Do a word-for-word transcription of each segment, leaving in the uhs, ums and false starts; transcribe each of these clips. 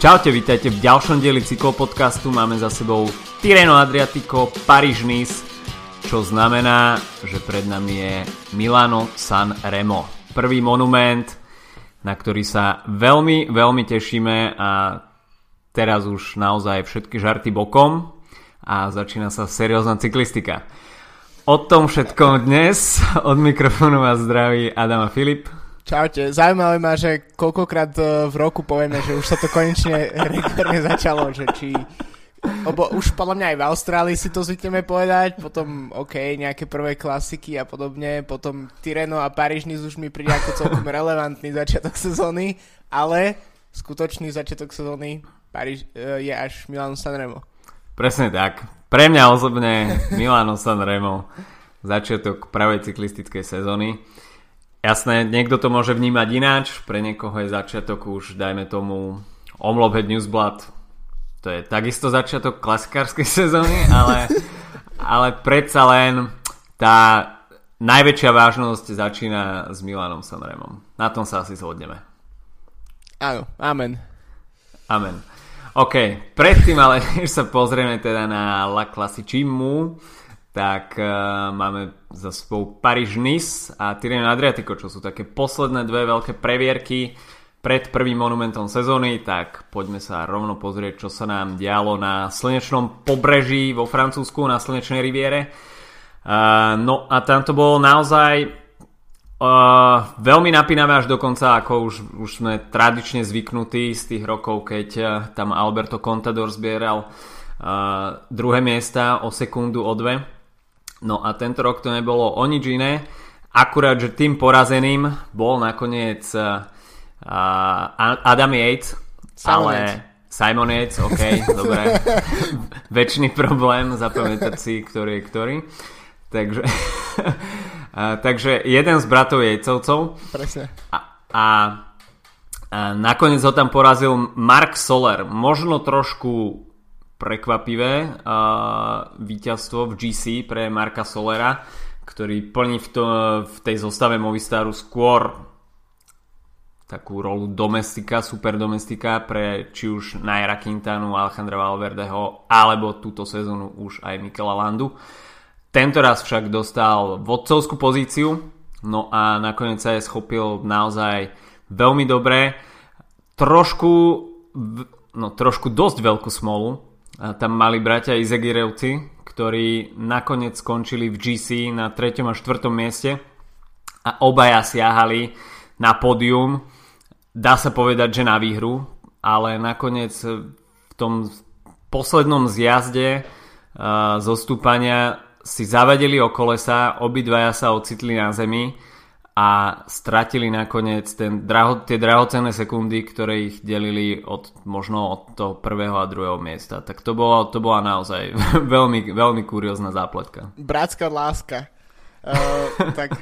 Čaute, vítajte v ďalšom dieli cyklopodcastu. Máme za sebou Tirreno Adriatico, Paríž-Nice, čo znamená, že pred nami je Milano-San Remo. Prvý monument, na ktorý sa veľmi, veľmi tešíme a teraz už naozaj všetky žarty bokom a začína sa seriózna cyklistika. O tom všetkom dnes od mikrofónu vás zdraví Adam a Filip. Čaute, zaujímavé ma, že koľkokrát v roku povieme, že už sa to konečne regulárne začalo, že či, lebo už podľa mňa aj v Austrálii si to zvykneme povedať, potom ok, nejaké prvé klasiky a podobne, potom Tirreno a Paríž-Nice už mi príde ako celkom relevantný začiatok sezóny, ale skutočný začiatok sezóny Paríž je až Milano-San Remo. Presne tak, pre mňa osobne Milano-San Remo, začiatok pravej cyklistickej sezóny. Jasné, niekto to môže vnímať ináč, pre niekoho je začiatok už, dajme tomu, Omloop Newsblad, to je takisto začiatok klasikárskej sezóny, ale, ale predsa len tá najväčšia vážnosť začína s Milanom San Remom. Na tom sa asi zhodneme. Áno, amen. Amen. OK, predtým ale, keď sa pozrieme teda na La Classicimmu, tak uh, máme za sebou Paríž-Nice a Tirreno Adriatico, čo sú také posledné dve veľké previerky pred prvým monumentom sezóny, tak poďme sa rovno pozrieť, čo sa nám dialo na slnečnom pobreží vo Francúzsku, na slnečnej riviere. Uh, no a tam to bolo naozaj uh, veľmi napínavé až dokonca, ako už, už sme tradične zvyknutí z tých rokov, keď uh, tam Alberto Contador zbieral uh, druhé miesta o sekundu, o dve. No a tento rok to nebolo o nič iné, akurát, že tým porazeným bol nakoniec uh, Adam Yates, Simon ale Yates. Simon Yates, ok, dobre, väčší problém zapamätať si, ktorý je ktorý. Takže, uh, takže jeden z bratov Yatesovcov. Presne. A, a, a nakoniec ho tam porazil Marc Soler, možno trošku prekvapivé uh, víťazstvo v G C pre Marca Solera, ktorý plní v, to, v tej zostave Movistaru skôr takú rolu domestika, super domestika pre či už Naira Quintanu, Alejandra Valverdeho alebo túto sezónu už aj Mikela Landu. Tento raz však dostal vodcovskú pozíciu, no a nakoniec sa je schopil naozaj veľmi dobre. Trošku no trošku dosť veľkú smolu a tam mali bratia Izagirrevci, ktorí nakoniec skončili v G C na treťom a štvrtom mieste a obaja siahali na pódium. Dá sa povedať, že na výhru, ale nakoniec v tom poslednom zjazde uh, zostúpania si zavadili o kolesa, obidvaja sa ocitli na zemi a stratili nakoniec ten draho, tie drahocenné sekundy, ktoré ich delili od, možno od toho prvého a druhého miesta. Tak to, bolo, to bola naozaj veľmi, veľmi kuriózna zápletka. Bratská láska. Uh, tak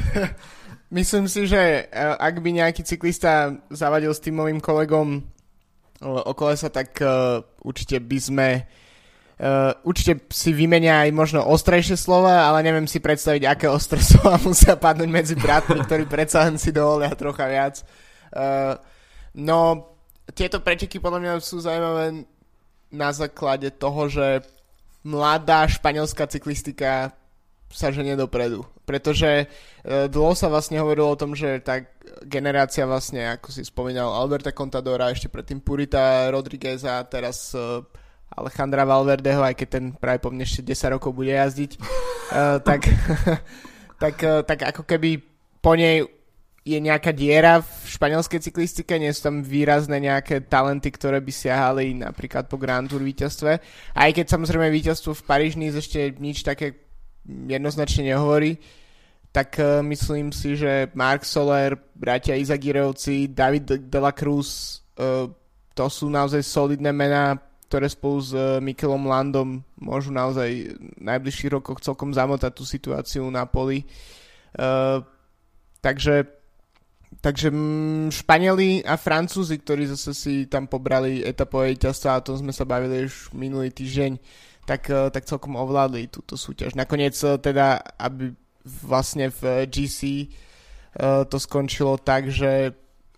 myslím si, že uh, ak by nejaký cyklista zavadil s tímovým kolegom uh, o kolesa, tak uh, určite by sme Uh, určite si vymenia aj možno ostrejšie slova, ale neviem si predstaviť, aké ostré slova musia padnúť medzi bratmi, ktorí predsa len si dovolia trocha viac. Uh, no, tieto preteky podľa mňa sú zaujímavé na základe toho, že mladá španielská cyklistika sa ženie dopredu. Pretože uh, dlho sa vlastne hovorilo o tom, že tá generácia vlastne, ako si spomínal, Alberta Contadora, ešte predtým Purita Rodrigueza, teraz uh, Alejandra Valverdeho, aj keď ten práve po mne ešte desať rokov bude jazdiť, uh, tak, tak, uh, tak ako keby po nej je nejaká diera v španielskej cyklistike, nie sú tam výrazné nejaké talenty, ktoré by siahali napríklad po Grand Tour víťazstve. Aj keď samozrejme víťazstvo v Paríž-Nice ešte nič také jednoznačne nehovorí, tak uh, myslím si, že Marc Soler, bratia Izagirrevci, David de la Cruz, uh, to sú naozaj solidné mená, ktoré spolu s Mikelom Landom môžu naozaj v najbližších rokoch celkom zamotať tú situáciu na poli. Uh, takže takže mm, Španieli a Francúzi, ktorí zase si tam pobrali etapové víťazstva, o tom sme sa bavili už minulý týždeň, tak, uh, tak celkom ovládli túto súťaž. Nakoniec uh, teda, aby vlastne v G C uh, to skončilo tak, že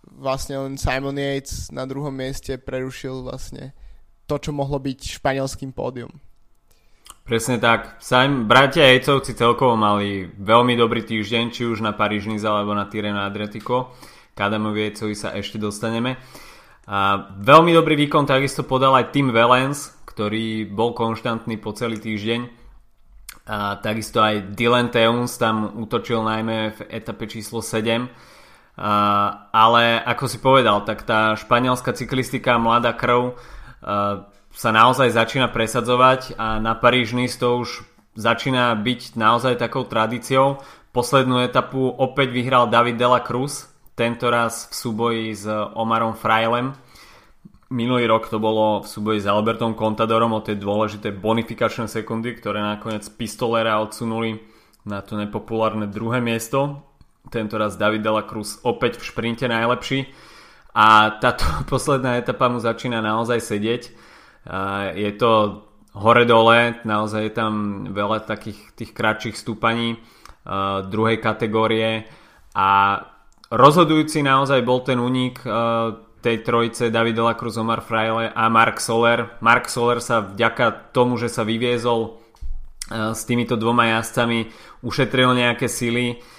vlastne len Simon Yates na druhom mieste prerušil vlastne to, čo mohlo byť španielským pódium. Presne tak. Sam, bratia Yatesovci celkovo mali veľmi dobrý týždeň, či už na Paríž-Nice alebo na Tirreno Adriatico. K Adamovi Yatesovi sa ešte dostaneme. A veľmi dobrý výkon takisto podal aj Tim Wellens, ktorý bol konštantný po celý týždeň. A takisto aj Dylan Teuns tam útočil najmä v etape číslo sedem. A, ale ako si povedal, tak tá španielská cyklistika, mladá krv, a, sa naozaj začína presadzovať a na Paríž-Nice to už začína byť naozaj takou tradíciou. Poslednú etapu opäť vyhral David de la Cruz, tento raz v súboji s Omarom Frailem. Minulý rok to bolo v súboji s Albertom Contadorom o tie dôležité bonifikačné sekundy, ktoré nakoniec Pistolera odsunuli na to nepopulárne druhé miesto. Tento raz David de la Cruz opäť v šprinte najlepší a táto posledná etapa mu začína naozaj sedieť. Je to hore-dole, naozaj je tam veľa takých tých kratších stúpaní uh, druhej kategórie a rozhodujúci naozaj bol ten únik uh, tej trojice David de la Cruz, Omar Fraile a Marc Soler. Marc Soler sa vďaka tomu, že sa vyviezol uh, s týmito dvoma jazdcami, ušetril nejaké sily uh,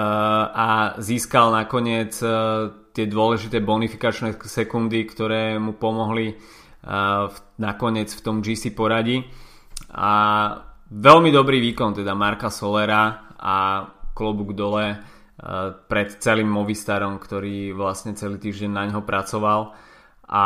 a získal nakoniec uh, tie dôležité bonifikačné sekundy, ktoré mu pomohli Uh, nakoniec v tom gé cé poradí a veľmi dobrý výkon teda Marca Solera a klobúk dole uh, pred celým Movistarom, ktorý vlastne celý týždeň na ňo pracoval. A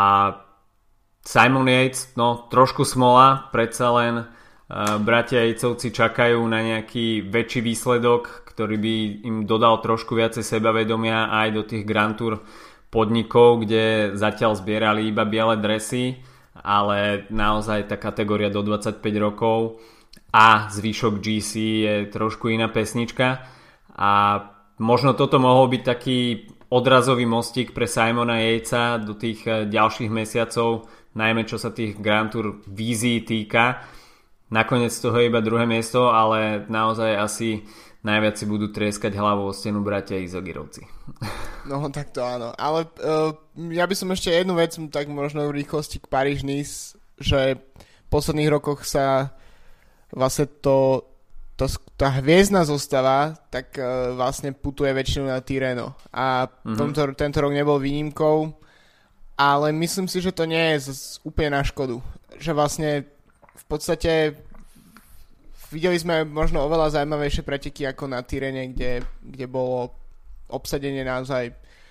Simon Yates, no trošku smola, predsa len uh, bratia Yatesovci čakajú na nejaký väčší výsledok, ktorý by im dodal trošku viacej sebavedomia aj do tých Grand Tour podnikov, kde zatiaľ zbierali iba biele dresy, ale naozaj tá kategória do dvadsaťpäť rokov a zvyšok gé cé je trošku iná pesnička a možno toto mohol byť taký odrazový mostík pre Simona Yatesa do tých ďalších mesiacov, najmä čo sa tých Grand Tour vízií týka. Nakoniec toho je iba druhé miesto, ale naozaj asi najviac si budú trieskať hlavou o stenu bratia Izagirovci. No tak to áno. Ale uh, ja by som ešte jednu vec tak možno v rýchlosti k Paríž-Nice, že v posledných rokoch sa vlastne to, to tá hviezdna zostava tak uh, vlastne putuje väčšinou na Tirreno. A mm-hmm. tomto, tento rok nebol výnimkou, ale myslím si, že to nie je úplne na škodu. Že vlastne v podstate videli sme možno oveľa zaujímavejšie preteky ako na Tirrene, kde, kde bolo obsadenie naozaj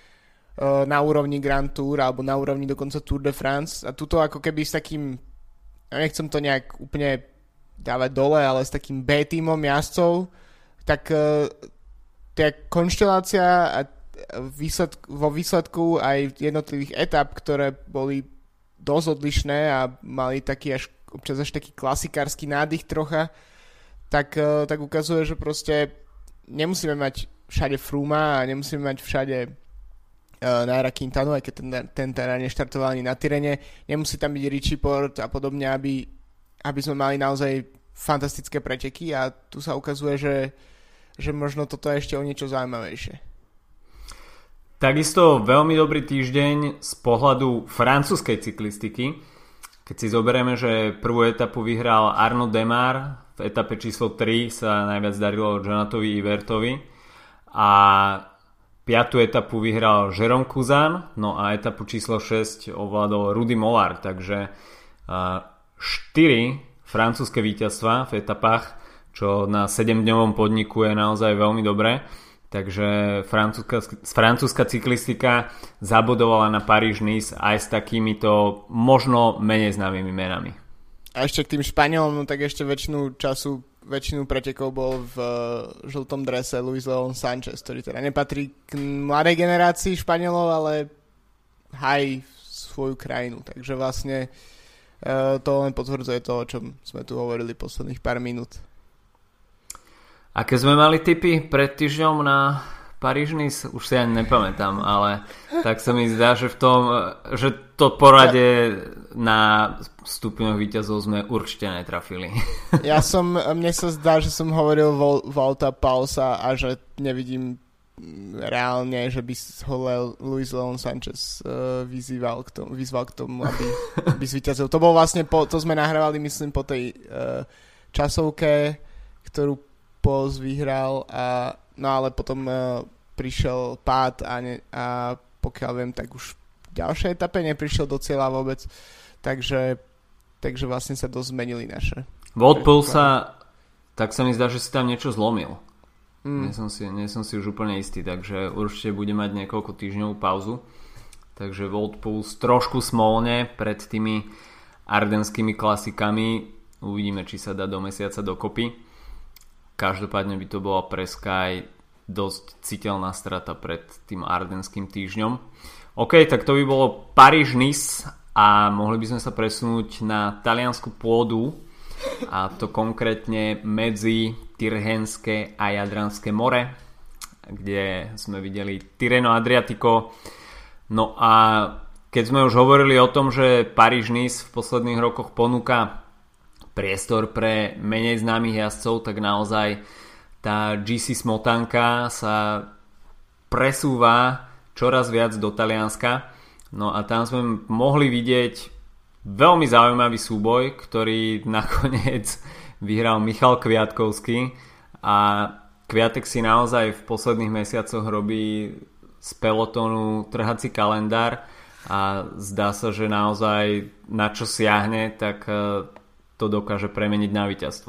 uh, na úrovni Grand Tour alebo na úrovni dokonca Tour de France a tuto ako keby s takým, ja nechcem to nejak úplne dávať dole, ale s takým B-tímom jazdcov, tak uh, tá konštelácia a výsledk, vo výsledku aj jednotlivých etap, ktoré boli dosť odlišné a mali taký až občas až taký klasikársky nádych trocha, tak, tak ukazuje, že proste nemusíme mať všade Frooma a nemusíme mať všade uh, Naira Quintanu, aj keď ten, ten teda neštartoval ani na Tirrene, nemusí tam byť Richie Porte a podobne, aby, aby sme mali naozaj fantastické preteky a tu sa ukazuje, že, že možno toto je ešte o niečo zaujímavejšie. Takisto veľmi dobrý týždeň z pohľadu francúzskej cyklistiky. Keď si zoberieme, že prvú etapu vyhral Arnaud Démare, v etape číslo tri sa najviac darilo Jonatovi Ivertovi a piatu etapu vyhral Jérôme Cousin, no a etapu číslo šesť ovládol Rudy Mollard, takže štyri francúzske víťazstva v etapách, čo na sedemdňovom podniku je naozaj veľmi dobré. Takže francúzska, francúzska cyklistika zabodovala na Paríž-Nice aj s takýmito možno menej známymi menami. A ešte k tým Španielom, no tak ešte väčšinu času, väčšinu pretekov bol v uh, žltom drese Luis León Sanchez, ktorý teda nepatrí k mladej generácii Španielov, ale hají svoju krajinu. Takže vlastne uh, to len potvrdzuje to, o čom sme tu hovorili posledných pár minút. Aké sme mali tipy pred týždňom na Paríž-Nice? Už si ani nepamätám, ale tak sa mi zdá, že v tom, že to poradie na stupňoch víťazov sme určite netrafili. Ja som, mne sa zdá, že som hovoril Vol, Volta Pausa a že nevidím reálne, že by ho Luis Leon Sanchez uh, vyzýval k tomu, vyzval k tomu, aby, aby zvíťazil. To bol vlastne, po, to sme nahrávali, myslím, po tej uh, časovke, ktorú Pols vyhral, a, no ale potom uh, prišiel pád a, ne, a pokiaľ viem, tak už v ďalšej etape neprišiel do cieľa vôbec, takže, takže vlastne sa dosť zmenili naše. Wout Poels sa, tak sa mi zdá, že si tam niečo zlomil. Mm. Nie, som si, nie som si už úplne istý, takže určite bude mať niekoľko týždňovú pauzu. Takže Wout Poels trošku smolne pred tými ardenskými klasikami. Uvidíme, či sa dá do mesiaca dokopy. Každopádne by to bola pre Sky dosť citeľná strata pred tým ardenským týždňom. OK, tak to by bolo Paríž-Nice a mohli by sme sa presunúť na taliansku pôdu, a to konkrétne medzi Tyrhenské a Jadranské more, kde sme videli Tirreno Adriatico. No a keď sme už hovorili o tom, že Paríž-Nice v posledných rokoch ponúka priestor pre menej známych jazdcov, tak naozaj tá gé cé smotanka sa presúva čoraz viac do Talianska. No a tam sme mohli vidieť veľmi zaujímavý súboj, ktorý nakoniec vyhral Michal Kviatkovský, a Kviatek si naozaj v posledných mesiacoch robí z pelotónu trhací kalendár a zdá sa, že naozaj na čo siahne, tak to dokáže premeniť na víťazstvo.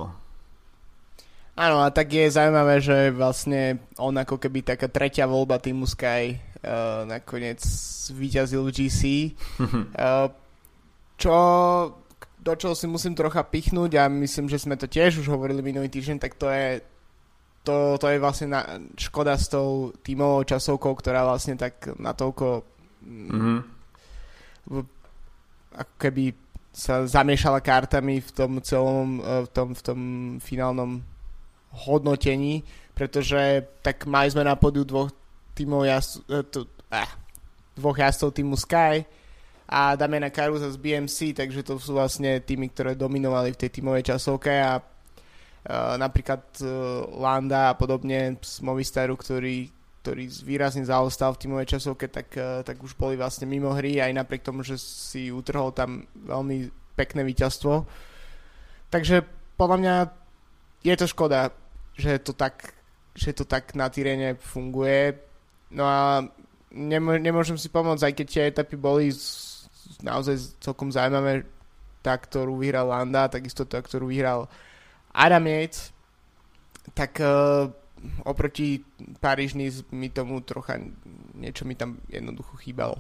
Áno, a tak je zaujímavé, že vlastne on ako keby taká tretia voľba týmu Sky uh, nakoniec víťazil v gé cé. uh, Čo, do čoho si musím trocha pichnúť, a myslím, že sme to tiež už hovorili minulý týždeň, tak to je to, to je vlastne na, škoda s tou tímovou časovkou, ktorá vlastne tak natoľko mm-hmm. v, ako keby sa zamiešala kartami v tom celom v tom, v tom finálnom hodnotení, pretože tak mali sme na pódiu dvoch tímov jazdcov, eh, dvoch jazdcov tímu Sky a Damiana Carusa z bé em cé, takže to sú vlastne týmy, ktoré dominovali v tej tímovej časovke, a uh, napríklad uh, Landa a podobne z Movistaru, ktorý, ktorý výrazne zaostal v tímovej časovke, tak, uh, tak už boli vlastne mimo hry, aj napriek tomu, že si utrhol tam veľmi pekné víťazstvo. Takže podľa mňa je to škoda, že to tak, že to tak na Tyrrene funguje. No a nemô- nemôžem si pomôcť, aj keď tie etapy boli z, naozaj celkom zaujímavé, tá, ktorú vyhral Landa, takisto tá, ktorú vyhral Adam Yates, tak uh, oproti Paríž-Nice mi tomu trocha niečo mi tam jednoducho chýbalo.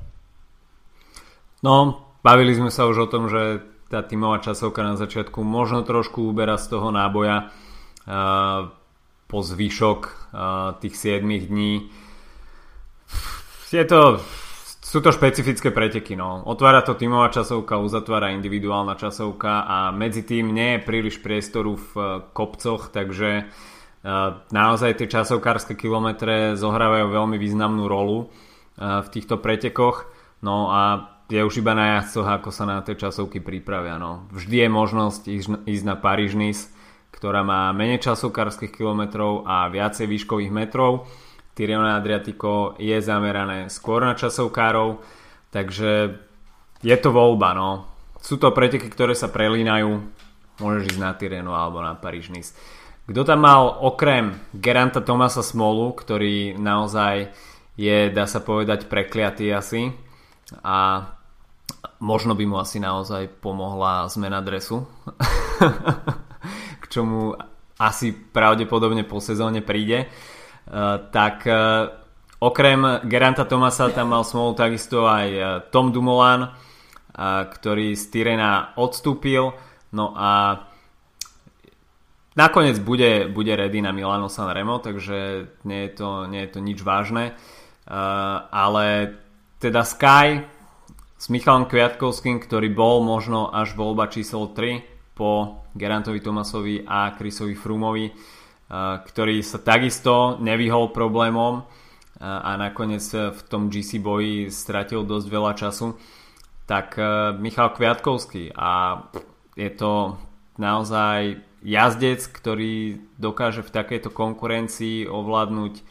No, bavili sme sa už o tom, že tá tímová časovka na začiatku možno trošku uberá z toho náboja uh, po zvyšok uh, tých siedmich dní. Je to Sú to špecifické preteky, no. Otvára to tímová časovka, uzatvára individuálna časovka a medzi tým nie je príliš priestoru v kopcoch, takže uh, naozaj tie časovkárske kilometre zohrávajú veľmi významnú rolu uh, v týchto pretekoch. No a je už iba na jazdcoch, ako sa na tie časovky pripravia, no. Vždy je možnosť ísť, ísť na Paríž-Nice, ktorá má menej časovkárskych kilometrov a viacej výškových metrov. Tirreno Adriatico je zamerané skôr na časovkárov, takže je to voľba, no. Sú to preteky, ktoré sa prelínajú, môžeš ísť na Tirreno alebo na Paríž-Nice. Kto tam mal okrem Geranta Thomasa smolu, ktorý naozaj je, dá sa povedať, prekliatý asi, a možno by mu asi naozaj pomohla zmena dresu, k čomu asi pravdepodobne po sezóne príde. Uh, tak uh, okrem Geranta Thomasa tam mal smolu takisto aj uh, Tom Dumoulin, uh, ktorý z Tyrrena odstúpil, no a nakoniec bude, bude ready na Milano Sanremo, takže nie je to, nie je to nič vážne, uh, ale teda Sky s Michalom Kviatkovským, ktorý bol možno až voľba číslo tri po Gerantovi Thomasovi a Chrisovi Froomovi, ktorý sa takisto nevyhol problémom a nakoniec v tom gé cé boji stratil dosť veľa času, tak Michal Kviatkovský, a je to naozaj jazdec, ktorý dokáže v takejto konkurencii ovládnuť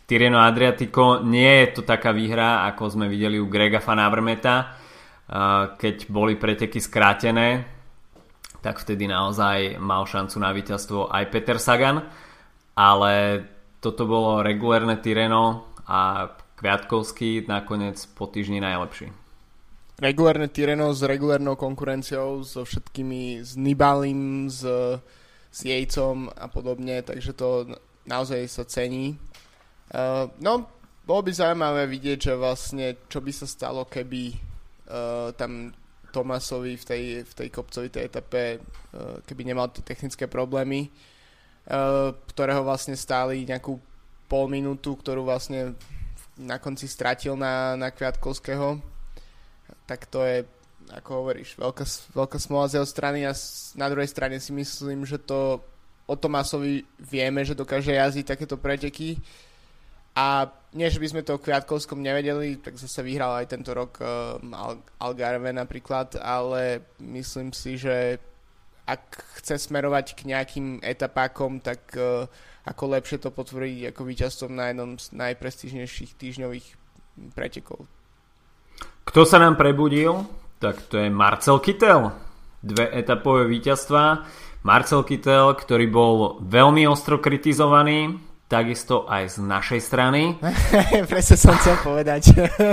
Tirreno Adriatico. Nie je to taká výhra, ako sme videli u Grega Van Avermaeta, keď boli preteky skrátené, tak vtedy naozaj mal šancu na víťazstvo aj Peter Sagan, ale toto bolo regulérne Tirreno a Kviatkovský nakoniec po týždni najlepší. Regulárne Tirreno s regulárnou konkurenciou, so všetkými, s Nibalim, s, s Jejcom a podobne, takže to naozaj sa cení. Uh, no, bolo by zaujímavé vidieť, že vlastne čo by sa stalo, keby uh, tam Thomasovi v tej, v tej kopcovitej etape, uh, keby nemal tie technické problémy, uh, ktoré ho vlastne stáli nejakú pol minútu, ktorú vlastne na konci stratil na, na Kviatkovského. Tak to je, ako hovoríš, veľká, veľká smola z jeho strany a na druhej strane si myslím, že to o Thomasovi vieme, že dokáže jazdiť takéto preteky a nie, že by sme to o Kviatkovskom nevedeli, tak zase vyhral aj tento rok uh, Al- Algarve napríklad, ale myslím si, že ak chce smerovať k nejakým etapákom, tak uh, ako lepšie to potvrdiť ako víťazstvom na jednom z najprestížnejších týždňových pretekov. Kto sa nám prebudil? Tak to je Marcel Kittel. Dve etapové víťazstvá. Marcel Kittel, ktorý bol veľmi ostro kritizovaný, takisto aj z našej strany. Presne som chcel povedať.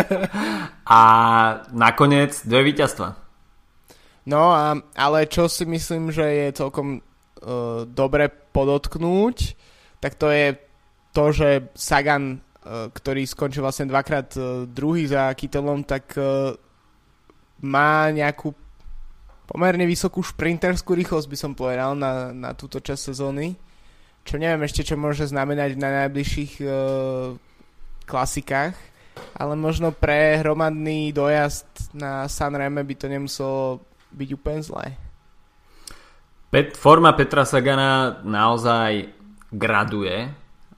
A nakoniec dve víťazstvá. No, a, ale čo si myslím, že je celkom uh, dobre podotknúť, tak to je to, že Sagan, ktorý skončil vlastne dvakrát druhý za Kittelom, tak má nejakú pomerne vysokú šprinterskú rýchlosť, by som povedal, na, na túto časť sezóny. Čo neviem ešte, čo môže znamenať na najbližších uh, klasikách, ale možno pre hromadný dojazd na Sanreme by to nemuselo byť úplne zlé. Pet, forma Petra Sagana naozaj graduje.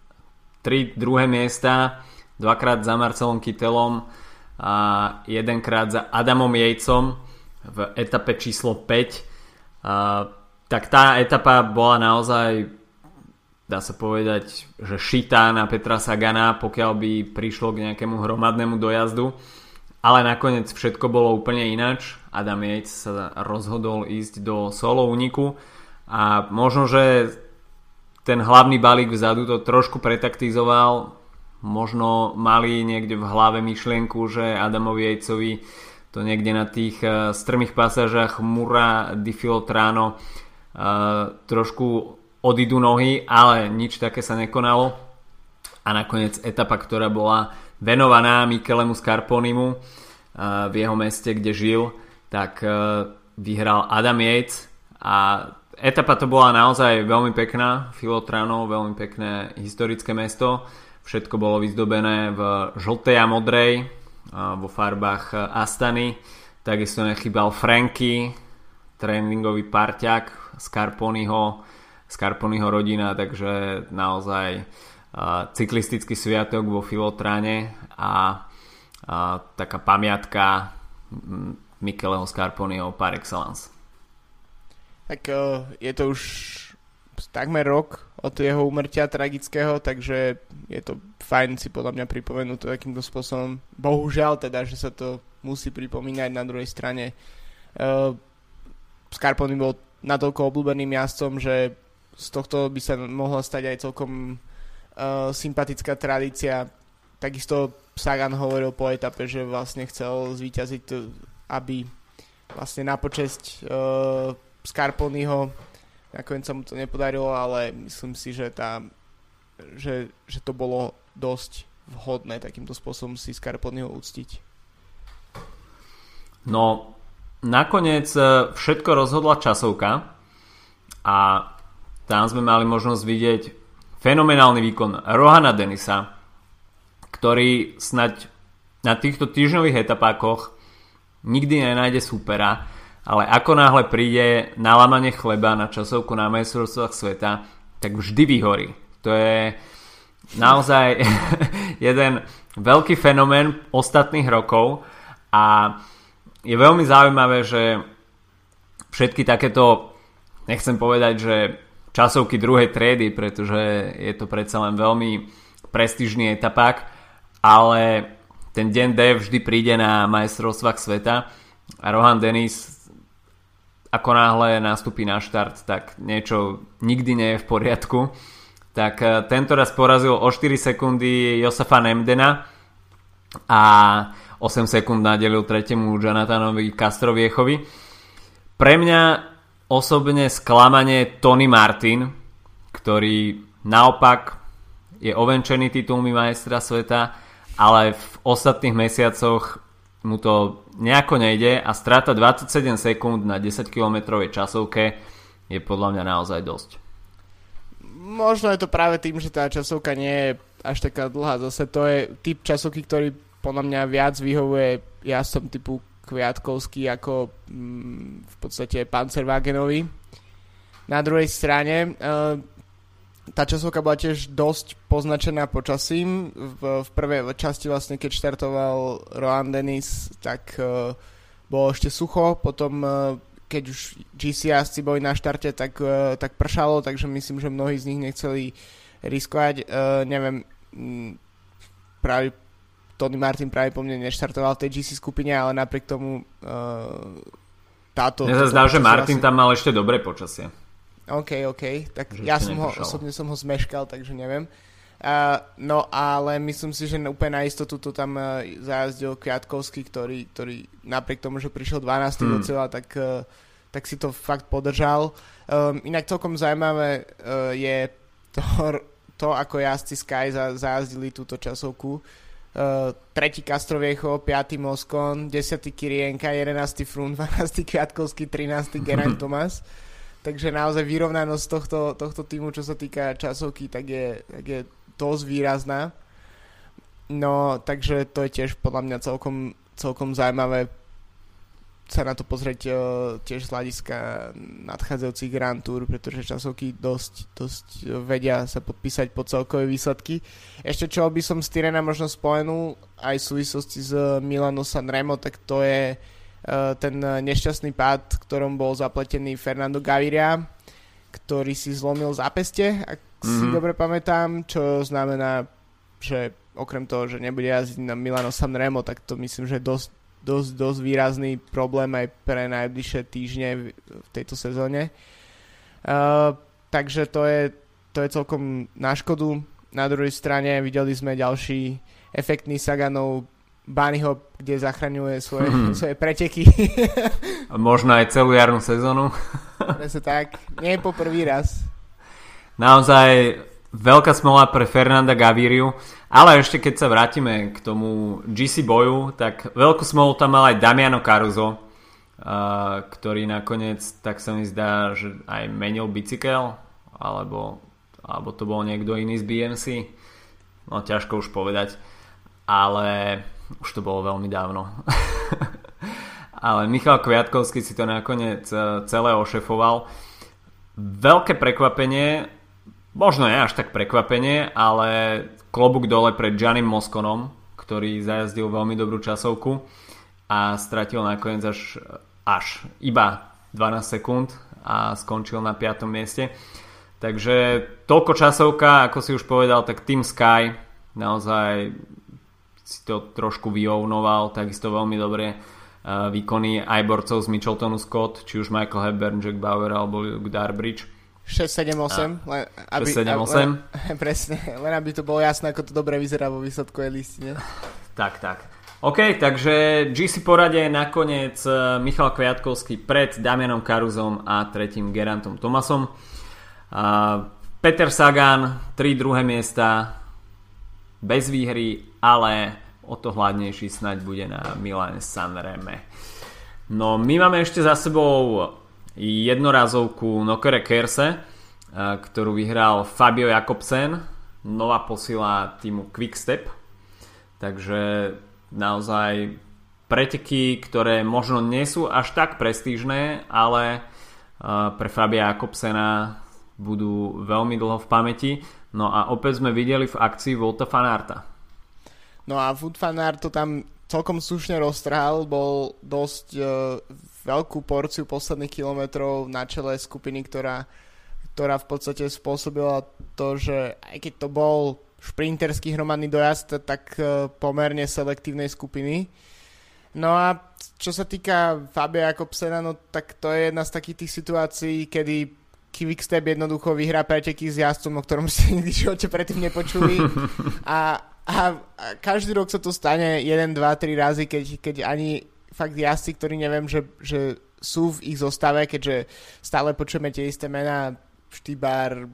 Tri druhé miesta, dvakrát za Marcelom Kittelom a jedenkrát za Adamom Jejcom v etape číslo päť. A, tak tá etapa bola naozaj, dá sa povedať, že šitá na Petra Sagana, pokiaľ by prišlo k nejakému hromadnému dojazdu. Ale nakoniec všetko bolo úplne ináč. Adam Yates sa rozhodol ísť do solo úniku a možno, že ten hlavný balík vzadu to trošku pretaktizoval. Možno mali niekde v hlave myšlienku, že Adamovi Yatesovi to niekde na tých uh, strmých pasážach Mura di Filotrano uh, trošku odídu nohy, ale nič také sa nekonalo. A nakoniec etapa, ktorá bola venovaná Michelemu Scarponimu uh, v jeho meste, kde žil, tak uh, vyhral Adam Yates a etapa to bola naozaj veľmi pekná. Filotrano, veľmi pekné historické mesto. Všetko bolo vyzdobené v žltej a modrej, vo farbách Astany. Takisto nechybal Franky, tréningový parťák Scarponiho, Scarponiho rodina, takže naozaj cyklistický sviatok vo Filotráne a, a taká pamiatka Micheleho Scarponiho par excellence. Tak uh, je to už takmer rok od jeho úmrtia tragického, takže je to fajn si podľa mňa pripomenúť to takýmto spôsobom. Bohužiaľ teda, že sa to musí pripomínať na druhej strane. Uh, Scarponi bol natoľko obľúbeným jazdcom, že z tohto by sa mohla stať aj celkom uh, sympatická tradícia. Takisto Sagan hovoril po etape, že vlastne chcel zvíťaziť, aby vlastne na počesť uh, Scarponiho, nakoniec sa mu to nepodarilo, ale myslím si, že, tá, že, že to bolo dosť vhodné takýmto spôsobom si Scarponiho uctiť. No, nakoniec všetko rozhodla časovka a tam sme mali možnosť vidieť fenomenálny výkon Rohana Dennisa, ktorý snaď na týchto týždňových etapákoch nikdy nenájde supera, ale ako náhle príde na lámanie chleba na časovku na majstrovstvách sveta, tak vždy vyhorí. To je naozaj jeden veľký fenomén ostatných rokov a je veľmi zaujímavé, že všetky takéto, nechcem povedať, že časovky druhej triedy, pretože je to predsa len veľmi prestížny etapák, ale ten deň D vždy príde na majstrovstvách sveta a Rohan Dennis ako náhle nastúpi na štart, tak niečo nikdy nie je v poriadku. Tak tento raz porazil o štyri sekundy Josefa Nemdena a osem sekúnd nadelil tretiemu Jonathanovi Castroviechovi. Pre mňa osobne sklamanie Tony Martin, ktorý naopak je ovenčený titulmi majstra sveta, ale v ostatných mesiacoch mu to nejako nejde a strata dvadsaťsedem sekúnd na desaťkilometrovej časovke je podľa mňa naozaj dosť. Možno je to práve tým, že tá časovka nie je až taká dlhá. Zase to je typ časovky, ktorý podľa mňa viac vyhovuje jazdcom typu Kviatkovský ako mm, v podstate Panzerwagenovi. Na druhej strane e, tá časovka bola tiež dosť poznačená počasím. V, v prvej časti vlastne, keď štartoval Rohan Dennis, tak uh, bolo ešte sucho. Potom, uh, keď už gé cé jazdci boli na štarte, tak, uh, tak pršalo, takže myslím, že mnohí z nich nechceli riskovať. Uh, neviem, m, práve Tony Martin práve po mne neštartoval v tej gé cé skupine, ale napriek tomu uh, táto... Mne sa zdá, že Martin tam mal ešte dobré počasie. OK, OK, tak že ja som ho, osobne som ho zmeškal, takže neviem. Uh, no ale myslím si, že úplne na istotu to tam uh, zajazdil Kviatkovský, ktorý, ktorý napriek tomu, že prišiel dvanásty hmm. do cieľa, tak, uh, tak si to fakt podržal. Um, inak celkom zaujímavé uh, je to, to, ako jazdci Sky za, zajazdili túto časovku. Uh, tretí Castroviecho, piaty Moscon, desiaty Kirienka, jedenásty Froome, dvanásty Kviatkovský, trinásty Geraint Thomas. Takže naozaj vyrovnanosť tohto, tohto týmu, čo sa týka časovky, tak je, tak je dosť výrazná. No, takže to je tiež podľa mňa celkom, celkom zaujímavé sa na to pozrieť uh, tiež z hľadiska nadchádzajúcich Grand Tour, pretože časovky dosť, dosť vedia sa podpísať po celkové výsledky. Ešte čo by som z Tyrrena možno spomenul aj v súvislosti s Milano Sanremo, tak to je ten nešťastný pád, ktorom bol zapletený Fernando Gaviria, ktorý si zlomil zápestie, ak mm-hmm. si dobre pamätám, čo znamená, že okrem toho, že nebude jazdiť na Milano Sanremo, tak to myslím, že je dosť, dosť, dosť výrazný problém aj pre najbližšie týždne v tejto sezóne. Uh, takže to je, to je celkom na škodu. Na druhej strane videli sme ďalší efektný Saganov Bunnyho, kde zachraňuje svoje, hmm. svoje preteky. Možno aj celú jarnú sezónu. Presne tak. Nie je po prvý raz. Naozaj veľká smola pre Fernanda Gaviriu, ale ešte keď sa vrátime k tomu gé cé boju, tak veľkú smolu tam mal aj Damiano Caruso, ktorý nakoniec, tak sa mi zdá, že aj menil bicykel, alebo, alebo to bol niekto iný z bé em cé. No ťažko už povedať, ale už to bolo veľmi dávno. Ale Michal Kviatkovský si to nakoniec celé ošefoval. Veľké prekvapenie, možno nie až tak prekvapenie, ale klobúk dole pred Giannim Mosconom, ktorý zajazdil veľmi dobrú časovku a stratil nakoniec až, až iba dvanásť sekúnd a skončil na piatom mieste. Takže toľko časovka, ako si už povedal, tak Team Sky naozaj si to trošku vyovnoval, takisto veľmi dobré uh, výkony aj borcov z Mitcheltonu Scott, či už Michael Hepburn, Jack Bauer alebo Luke Darbridge. šesť sedem osem len, aby, šesť sedem osem len, presne, len aby to bolo jasné, ako to dobre vyzerá vo výsledkovej listine. Tak, tak. OK, takže gé cé porade nakoniec Michal Kviatkovský pred Damianom Caruzom a tretím Geraintom Thomasom. Uh, Peter Sagan, tri druhé miesta, bez výhry, ale o to hladnejší snaď bude na Milane Sanreme. No my máme ešte za sebou jednorazovku Nokere Kerse, ktorú vyhral Fabio Jakobsen, nová posila týmu Quickstep. Takže naozaj preteky, ktoré možno nie sú až tak prestížne, ale pre Fabia Jakobsena budú veľmi dlho v pamäti. No a opäť sme videli v akcii Wouta van Aerta. No a Wout van Aert to tam celkom slušne roztrhal, bol dosť e, veľkú porciu posledných kilometrov na čele skupiny, ktorá, ktorá v podstate spôsobila to, že aj keď to bol šprinterský hromadný dojazd, tak uh, pomerne selektívnej skupiny. No a čo sa týka Fabia Jakobsena, no tak to je jedna z takých tých situácií, kedy Quickstep jednoducho vyhrá preteky s jazdcom, o ktorom ste nikdy v živote predtým nepočuli. A, a, a každý rok sa to stane jeden, dva, tri razy, keď, keď ani fakt jazdci, ktorí neviem, že, že sú v ich zostave, keďže stále počujeme tie isté mená, Štýbar,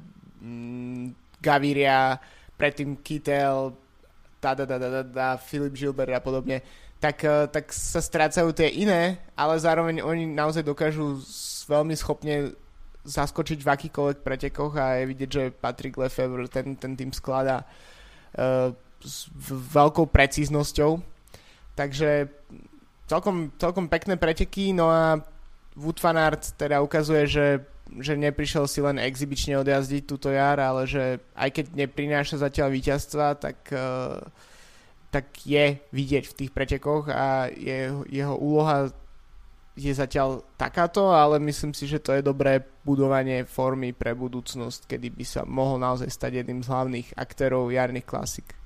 mm, Gaviria, predtým Kittel, da, da, da, da, da, Filip Gilbert a podobne, tak, tak sa strácajú tie iné, ale zároveň oni naozaj dokážu veľmi schopne zaskočiť v akýkoľvek pretekoch a je vidieť, že Patrick Lefevre ten, ten tým skladá uh, s veľkou precíznosťou. Takže celkom, celkom pekné preteky, no a Wout van Aert teda ukazuje, že, že neprišiel si len exibične odjazdiť túto jar, ale že aj keď neprináša zatiaľ víťazstva, tak, uh, tak je vidieť v tých pretekoch a je, jeho úloha je zatiaľ takáto, ale myslím si, že to je dobré budovanie formy pre budúcnosť, kedy by sa mohol naozaj stať jedným z hlavných aktérov jarných klasik.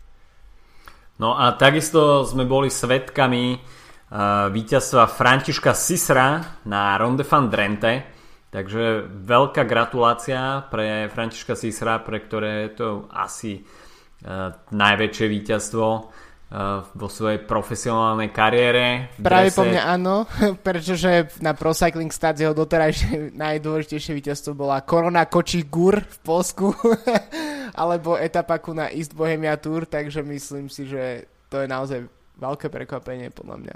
No a takisto sme boli svedkami uh, víťazstva Františka Sisra na Ronde van Drenthe, takže veľká gratulácia pre Františka Sisra, pre ktoré je to asi uh, najväčšie víťazstvo vo svojej profesionálnej kariére. Práve po mne áno, pretože na Pro Cycling Stats jeho doterajšie najdôležitejšie víťazstvo bola Korona Kočí Gur v Poľsku alebo etapa na East Bohemia Tour, takže myslím si, že to je naozaj veľké prekvapenie podľa mňa.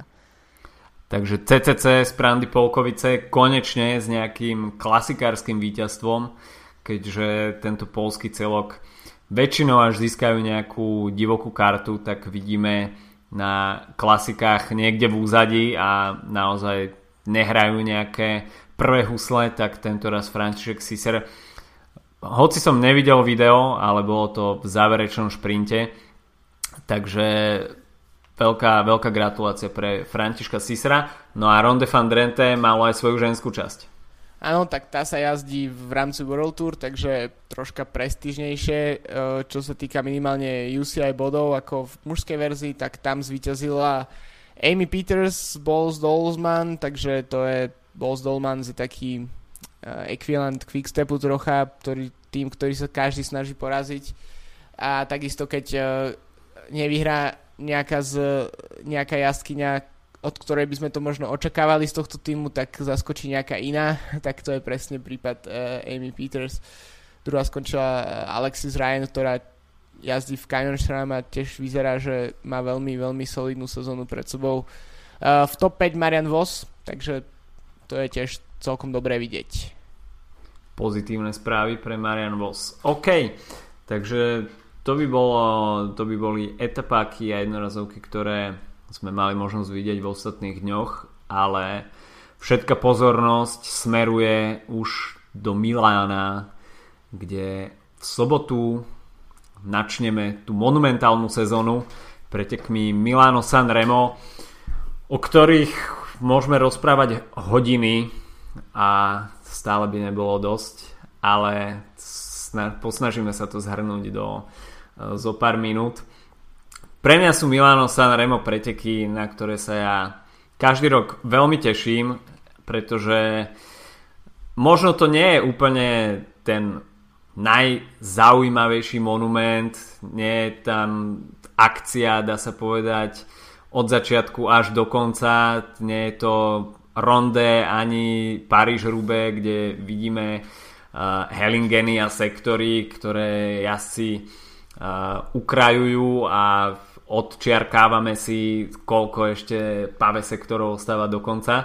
Takže cé cé cé z Prandy Polkovice konečne s nejakým klasikárskym víťazstvom, keďže tento poľský celok väčšinou až získajú nejakú divokú kartu, tak vidíme na klasikách niekde v úzadí a naozaj nehrajú nejaké prvé husle, tak tento raz František Sisser. Hoci som nevidel video, ale bolo to v záverečnom šprinte, takže veľká, veľká gratulácia pre Františka Sissera. No a Ronde van Drenthe malo aj svoju ženskú časť. Áno, tak tá sa jazdí v rámci World Tour, takže troška prestížnejšie, čo sa týka minimálne ú cé í bodov ako v mužskej verzii, tak tam zvíťazila Amy Peters, Boels Dolman, takže to je Boels Dolman je taký ekvivalent Quickstepu trocha, ktorý, tým, ktorý sa každý snaží poraziť. A takisto keď nevyhrá nejaká, z, nejaká jazdkyňa, od ktorej by sme to možno očakávali z tohto týmu, tak zaskočí nejaká iná. Tak to je presne prípad uh, Amy Peters. Druhá skončila uh, Alexis Ryan, ktorá jazdí v Canyon SRAM a tiež vyzerá, že má veľmi, veľmi solidnú sezónu pred sebou. Uh, v top päť Marianne Vos, takže to je tiež celkom dobré vidieť. Pozitívne správy pre Marianne Vos. OK, takže to by, bolo, to by boli etapáky a jednorazovky, ktoré sme mali možnosť vidieť v ostatných dňoch, ale všetka pozornosť smeruje už do Milána, kde v sobotu načneme tú monumentálnu sezónu pretekmi Milano San Remo, o ktorých môžeme rozprávať hodiny a stále by nebolo dosť, ale posnažíme sa to zhrnúť do zo pár minút. Pre mňa sú Milano San Remo preteky, na ktoré sa ja každý rok veľmi teším, pretože možno to nie je úplne ten najzaujímavejší monument, nie je tam akcia, dá sa povedať, od začiatku až do konca, nie je to Ronde ani Paríž-Roubaix, kde vidíme uh, Hellingeny a sektory, ktoré jazdci uh, ukrajujú a odčiarkávame si, koľko ešte pavé sektorov ostáva do konca,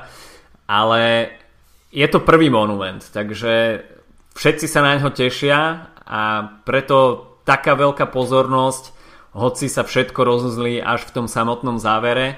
ale je to prvý monument, takže všetci sa na ňo tešia a preto taká veľká pozornosť, hoci sa všetko rozuzlí až v tom samotnom závere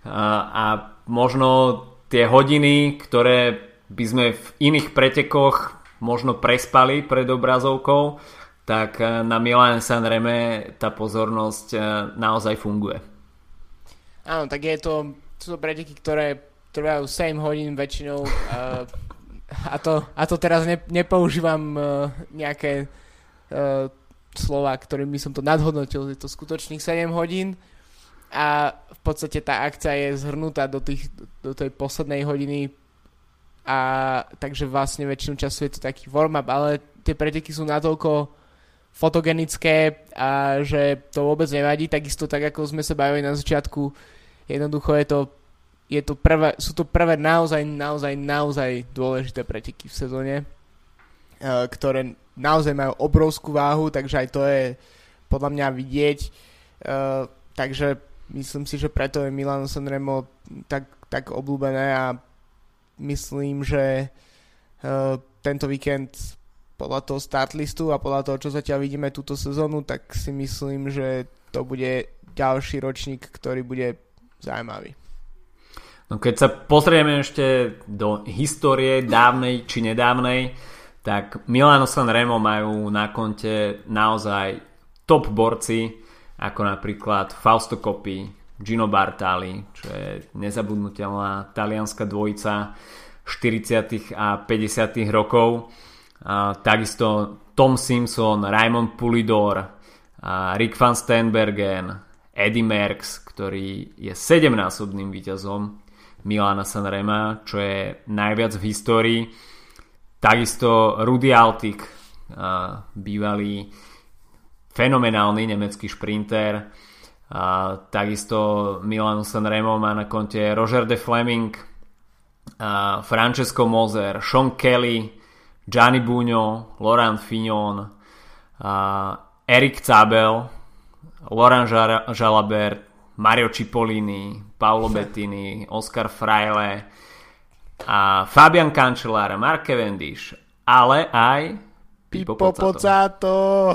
a možno tie hodiny, ktoré by sme v iných pretekoch možno prespali pred obrazovkou, tak na Milan San Reme tá pozornosť naozaj funguje. Áno, tak je to, sú to preteky, ktoré trvajú sedem hodín väčšinou uh, a, to, a to teraz ne, nepoužívam uh, nejaké uh, slova, ktorým by som to nadhodnotil, je to skutočných sedem hodín a v podstate tá akcia je zhrnutá do, tých, do tej poslednej hodiny a takže vlastne väčšinu času je to taký warm-up, ale tie preteky sú natoľko fotogenické a že to vôbec nevadí, takisto tak ako sme sa bavili na začiatku, jednoducho je to, je to prvé, sú to prvé naozaj, naozaj, naozaj dôležité preteky v sezóne, ktoré naozaj majú obrovskú váhu, takže aj to je podľa mňa vidieť. Uh, takže myslím si, že preto je Milano Sanremo tak, tak obľúbené a myslím, že uh, tento víkend podľa toho startlistu a podľa toho, čo zatiaľ vidíme túto sezónu, tak si myslím, že to bude ďalší ročník, ktorý bude zaujímavý. No keď sa pozrieme ešte do histórie dávnej či nedávnej, tak Milano Sanremo majú na konte naozaj top borci, ako napríklad Fausto Coppi, Gino Bartali, čo je nezabudnutelná talianska dvojica štyridsiatych a päťdesiatych rokov. A takisto Tom Simpson, Raymond Poulidor, a Rick van Steenbergen, Eddy Merckx, ktorý je sedemnásobným víťazom Milana Sanrema, čo je najviac v histórii. Takisto Rudi Altig, bývalý fenomenálny nemecký šprinter. Takisto Milano Sanremo má na konte Roger de Fleming, Francesco Moser, Sean Kelly, Gianni Bugno, Laurent Fignon, Eric Zabel, Laurent Jalabert, Mario Cipollini, Paolo Bettini, Oscar Freire a Fabian Cancellara, Mark Cavendish, ale aj Pippo Pozzato.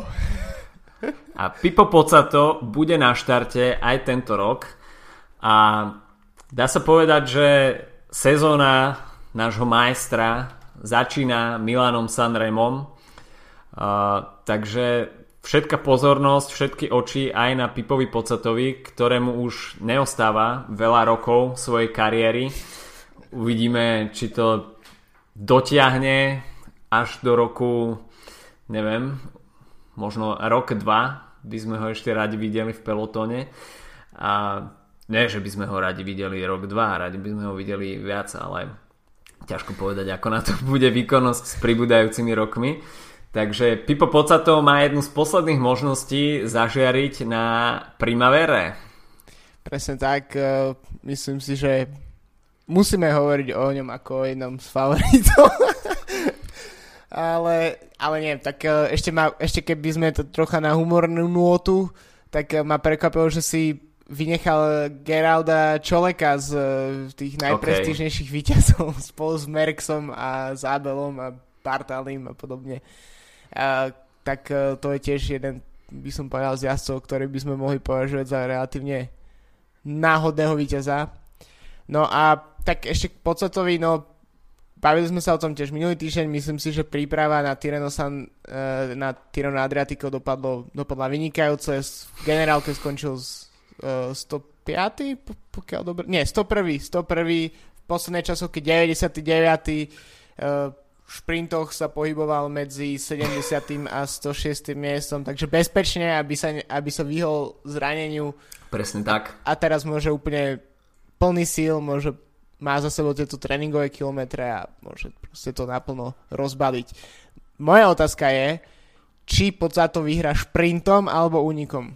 A Pippo Pozzato bude na štarte aj tento rok a dá sa povedať, že sezóna nášho majstra začína Milanom Sanremom, uh, takže všetka pozornosť, všetky oči aj na Pippovi Pozzatovi, ktorému už neostáva veľa rokov svojej kariéry. Uvidíme, či to dotiahne až do roku, neviem, možno rok, dva by sme ho ešte radi videli v pelotóne. A nie, že by sme ho radi videli rok, dva, radi by sme ho videli viac, ale ťažko povedať, ako na to bude výkonnosť s pribúdajúcimi rokmi. Takže Pippo Pozzato má jednu z posledných možností zažiariť na Primavere. Presne tak, myslím si, že musíme hovoriť o ňom ako o jednom z favoritov. ale, ale nie, tak ešte, ma, ešte keby sme to trocha na humornú nôtu, tak ma prekvapilo, že si vynechal Geralda Čoleka z tých najprestížnejších okay. víťazov spolu s Merckxom a Zabelom a Bartalim a podobne. A, tak to je tiež jeden, by som povedal, z jazdcov, ktorý by sme mohli považovať za relatívne náhodného víťaza. No a tak ešte k Pozzatovi, no bavili sme sa o tom tiež minulý týždeň, myslím si, že príprava na Tirreno San, na Tirreno Adriatico dopadlo, dopadla vynikajúce, v generálke skončil z uh, sto päť, pokiaľ dobre, nie, sto jeden, sto jeden, v poslednej časovke deväťdesiatdeväť, uh, v šprintoch sa pohyboval medzi sedemdesiatym a sto šiestym miestom, takže bezpečne, aby sa, aby sa vyhol zraneniu. Presne tak. A teraz môže úplne plný síl, môže, má za sebou tieto tréningové kilometre a môže proste to naplno rozbaliť. Moja otázka je, či Pozzato vyhrá šprintom alebo únikom?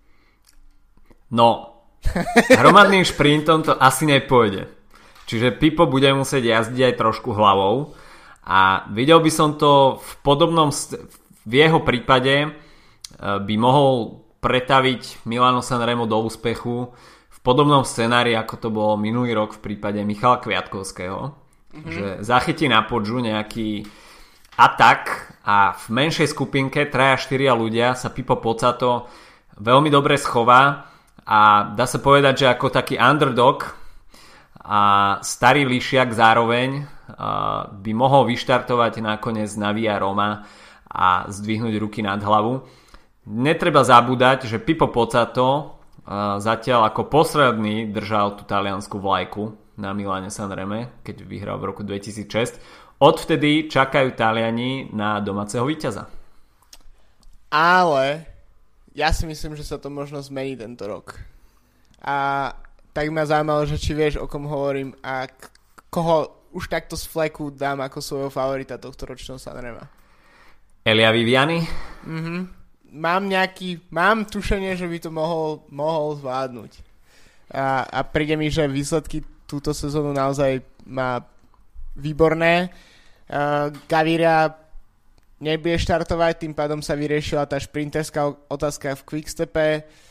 No, hromadným šprintom to asi nepôjde. Čiže Pippo bude musieť jazdiť aj trošku hlavou a videl by som to v podobnom, v jeho prípade by mohol pretaviť Milano Sanremo do úspechu v podobnom scenári, ako to bolo minulý rok v prípade Michala Kviatkovského, mm-hmm. že zachytí na podžu nejaký atak a v menšej skupinke traja štyria ľudia sa Pippo Pozzato veľmi dobre schová a dá sa povedať, že ako taký underdog a starý lišiak zároveň by mohol vyštartovať nakoniec na Via Roma a zdvihnúť ruky nad hlavu. Netreba zabúdať, že Pippo Pozzato zatiaľ ako posledný držal tú taliansku vlajku na Milane Sanreme, keď vyhral v roku dvetisícšesť. Odvtedy čakajú Taliani na domáceho víťaza. ale ja si myslím, že sa to možno zmení tento rok. A tak ma zaujímalo, že či vieš, o kom hovorím a k- koho už takto z fleku dám ako svojho favorita tohto ročného Sanrema. Elia Viviani? Mhm. Mám nejaký, mám tušenie, že by to mohol, mohol zvládnuť. A, a príde mi, že výsledky túto sezónu naozaj má výborné. Uh, Gaviria nebude štartovať, tým pádom sa vyriešila tá šprinterská otázka v Quickstepe.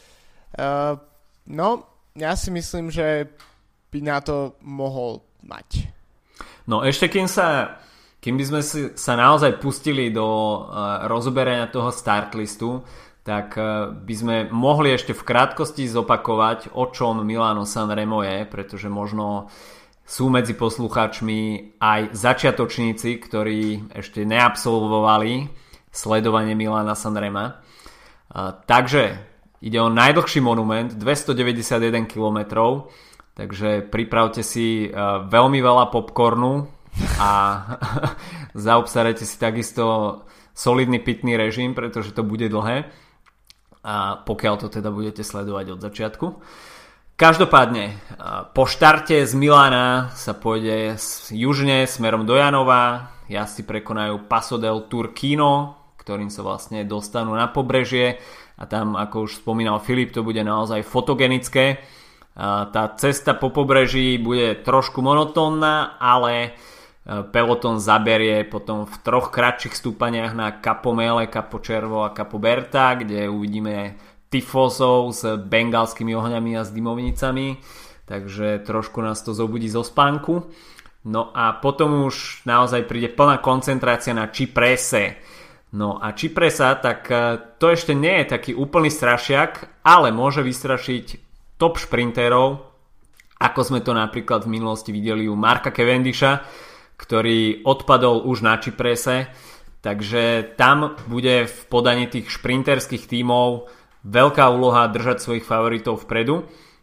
Uh, no, ja si myslím, že by na to mohol mať. No ešte kým sa kým by sme si, sa naozaj pustili do uh, rozoberania toho startlistu, tak uh, by sme mohli ešte v krátkosti zopakovať, o čom Milano Sanremo je, pretože možno sú medzi poslucháčmi aj začiatočníci, ktorí ešte neabsolvovali sledovanie Milana Sanrema. Uh, takže ide o najdlhší monument, dvestodeväťdesiatjeden kilometrov, takže pripravte si uh, veľmi veľa popcornu a zaobstarajte si takisto solidný pitný režim, pretože to bude dlhé, a pokiaľ to teda budete sledovať od začiatku. Každopádne po štarte z Milána sa pôjde južne smerom do Janova, jazdci prekonajú Paso del Turquino, ktorým sa vlastne dostanú na pobrežie a tam, ako už spomínal Filip, to bude naozaj fotogenické. Tá cesta po pobreží bude trošku monotónna, ale peloton zaberie potom v troch kratších stúpaniach na Capomele, Capocervo a Capoberta, kde uvidíme tifosov s bengalskými ohňami a s dymovnicami, takže trošku nás to zobudí zo spánku. No a potom už naozaj príde plná koncentrácia na Ciprese. No a Cipresa, tak to ešte nie je taký úplný strašiak, ale môže vystrašiť top šprinterov, ako sme to napríklad v minulosti videli u Marka Cavendisha, ktorý odpadol už na Ciprese, takže tam bude v podaní tých šprinterských tímov veľká úloha držať svojich favoritov vpredu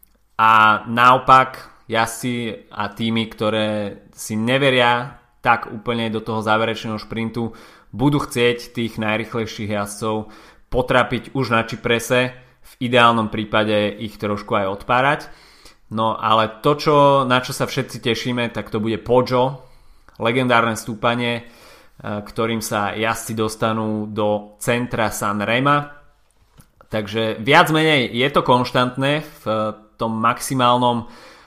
a naopak jazdci a tímy, ktoré si neveria tak úplne do toho záverečného šprintu, budú chcieť tých najrýchlejších jazdcov potrapiť už na Ciprese, v ideálnom prípade ich trošku aj odpárať. No ale to, čo, na čo sa všetci tešíme, tak to bude Poggio, legendárne stúpanie, ktorým sa jazdci dostanú do centra Sanrema. Takže viac menej je to konštantné, v tom maximálnom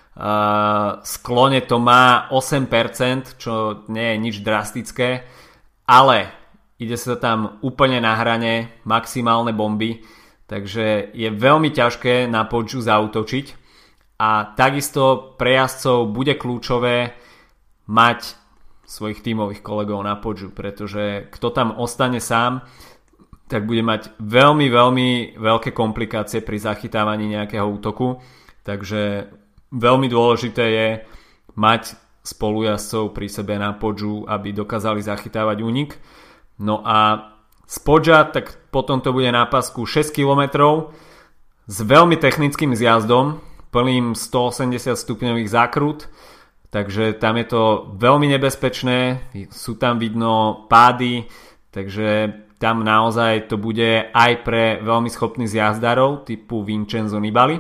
uh, sklone to má osem percent, čo nie je nič drastické, ale ide sa tam úplne na hrane, maximálne bomby, takže je veľmi ťažké na Poggiu zaútočiť a takisto pre jazdcov bude kľúčové mať svojich tímových kolegov na Poggiu, pretože kto tam ostane sám, tak bude mať veľmi, veľmi veľké komplikácie pri zachytávaní nejakého útoku, takže veľmi dôležité je mať spolujazdcov pri sebe na Poggiu, aby dokázali zachytávať únik. No a z Poggia, tak potom to bude na pásku šesť kilometrov s veľmi technickým zjazdom, plným stoosemdesiat stupňových zákrut, takže tam je to veľmi nebezpečné, sú tam vidno pády, takže tam naozaj to bude aj pre veľmi schopných zjazdárov typu Vincenzo Nibali.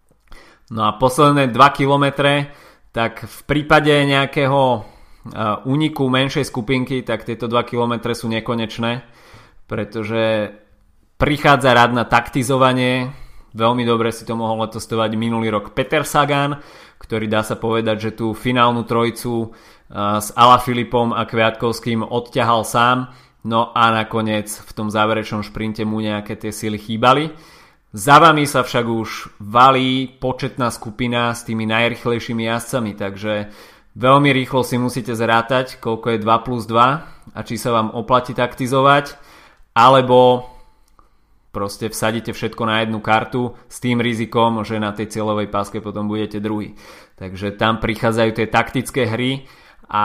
No a posledné dva kilometre, tak v prípade nejakého úniku menšej skupinky, tak tieto dva kilometre sú nekonečné, pretože prichádza rád na taktizovanie. Veľmi dobre si to mohol letostovať minulý rok Peter Sagan, ktorý dá sa povedať, že tú finálnu trojicu s Alaphilippom a Kviatkovským odťahal sám, no a nakoniec v tom záverečnom šprinte mu nejaké tie sily chýbali. Za vami sa však už valí početná skupina s tými najrýchlejšími jazdcami, takže veľmi rýchlo si musíte zrátať, koľko je dva plus dva a či sa vám oplatí taktizovať, alebo proste vsadíte všetko na jednu kartu s tým rizikom, že na tej cieľovej páske potom budete druhý. Takže tam prichádzajú tie taktické hry a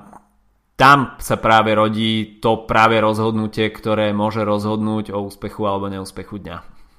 tam sa práve rodí to práve rozhodnutie, ktoré môže rozhodnúť o úspechu alebo neúspechu dňa.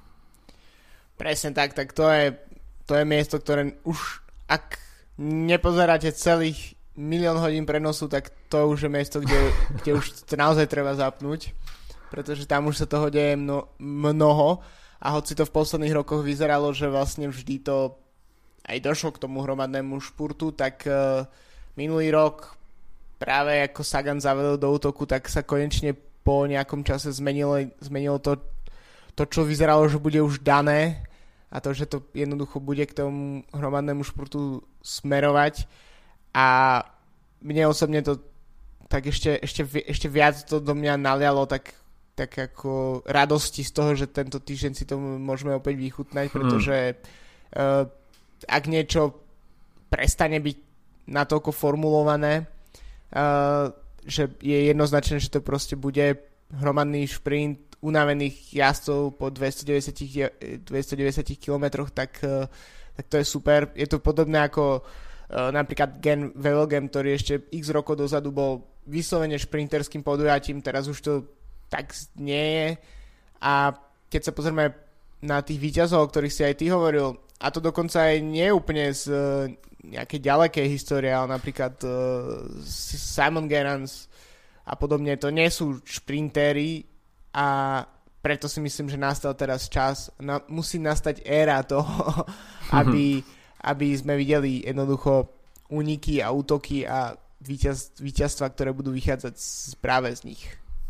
Presne tak, tak to je, to je miesto, ktoré už, ak nepozeráte celých milión hodín prenosu, tak to už je miesto, kde, kde už naozaj treba zapnúť. pretože tam už sa toho deje mno, mnoho a hoci to v posledných rokoch vyzeralo, že vlastne vždy to aj došlo k tomu hromadnému špurtu, tak uh, minulý rok práve ako Sagan zavedol do útoku, tak sa konečne po nejakom čase zmenilo, zmenilo to, to, čo vyzeralo, že bude už dané a to, že to jednoducho bude k tomu hromadnému špurtu smerovať a mne osobne to tak ešte, ešte, ešte viac to do mňa nalialo tak, tak ako radosti z toho, že tento týždeň si to môžeme opäť vychutnať, pretože uh, ak niečo prestane byť natoľko formulované, uh, že je jednoznačné, že to proste bude hromadný šprint unavených jazdcov po dvestodeväťdesiat kilometroch, tak, uh, tak to je super. Je to podobné ako uh, napríklad Gen Velogem, ktorý ešte x rokov dozadu bol vyslovene šprinterským podujatím, teraz už to tak nie je a keď sa pozrieme na tých víťazov, o ktorých si aj ty hovoril, a to dokonca aj nie úplne z uh, nejakej ďalekej histórie, ale napríklad uh, Simon Gerrans a podobne, to nie sú šprintéri a preto si myslím, že nastal teraz čas, na, musí nastať éra toho, aby, aby sme videli jednoducho úniky a útoky a víťaz, víťazstva, ktoré budú vychádzať z, práve z nich.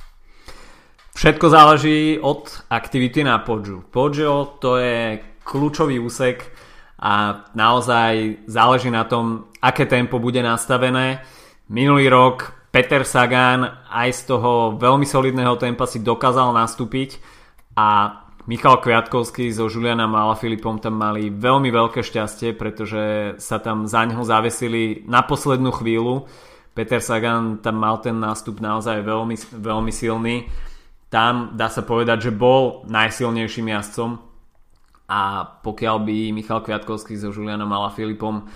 Všetko záleží od aktivity na Poggio. Poggio to je kľúčový úsek a naozaj záleží na tom, aké tempo bude nastavené. Minulý rok Peter Sagan aj z toho veľmi solidného tempa si dokázal nastúpiť a Michal Kviatkovský so Julianom Alaphilippom tam mali veľmi veľké šťastie, pretože sa tam za ňoho zavesili na poslednú chvíľu. Peter Sagan tam mal ten nástup naozaj veľmi, veľmi silný. Tam dá sa povedať, že bol najsilnejším jazdcom a pokiaľ by Michal Kviatkovský so Julianom Alaphilippom uh,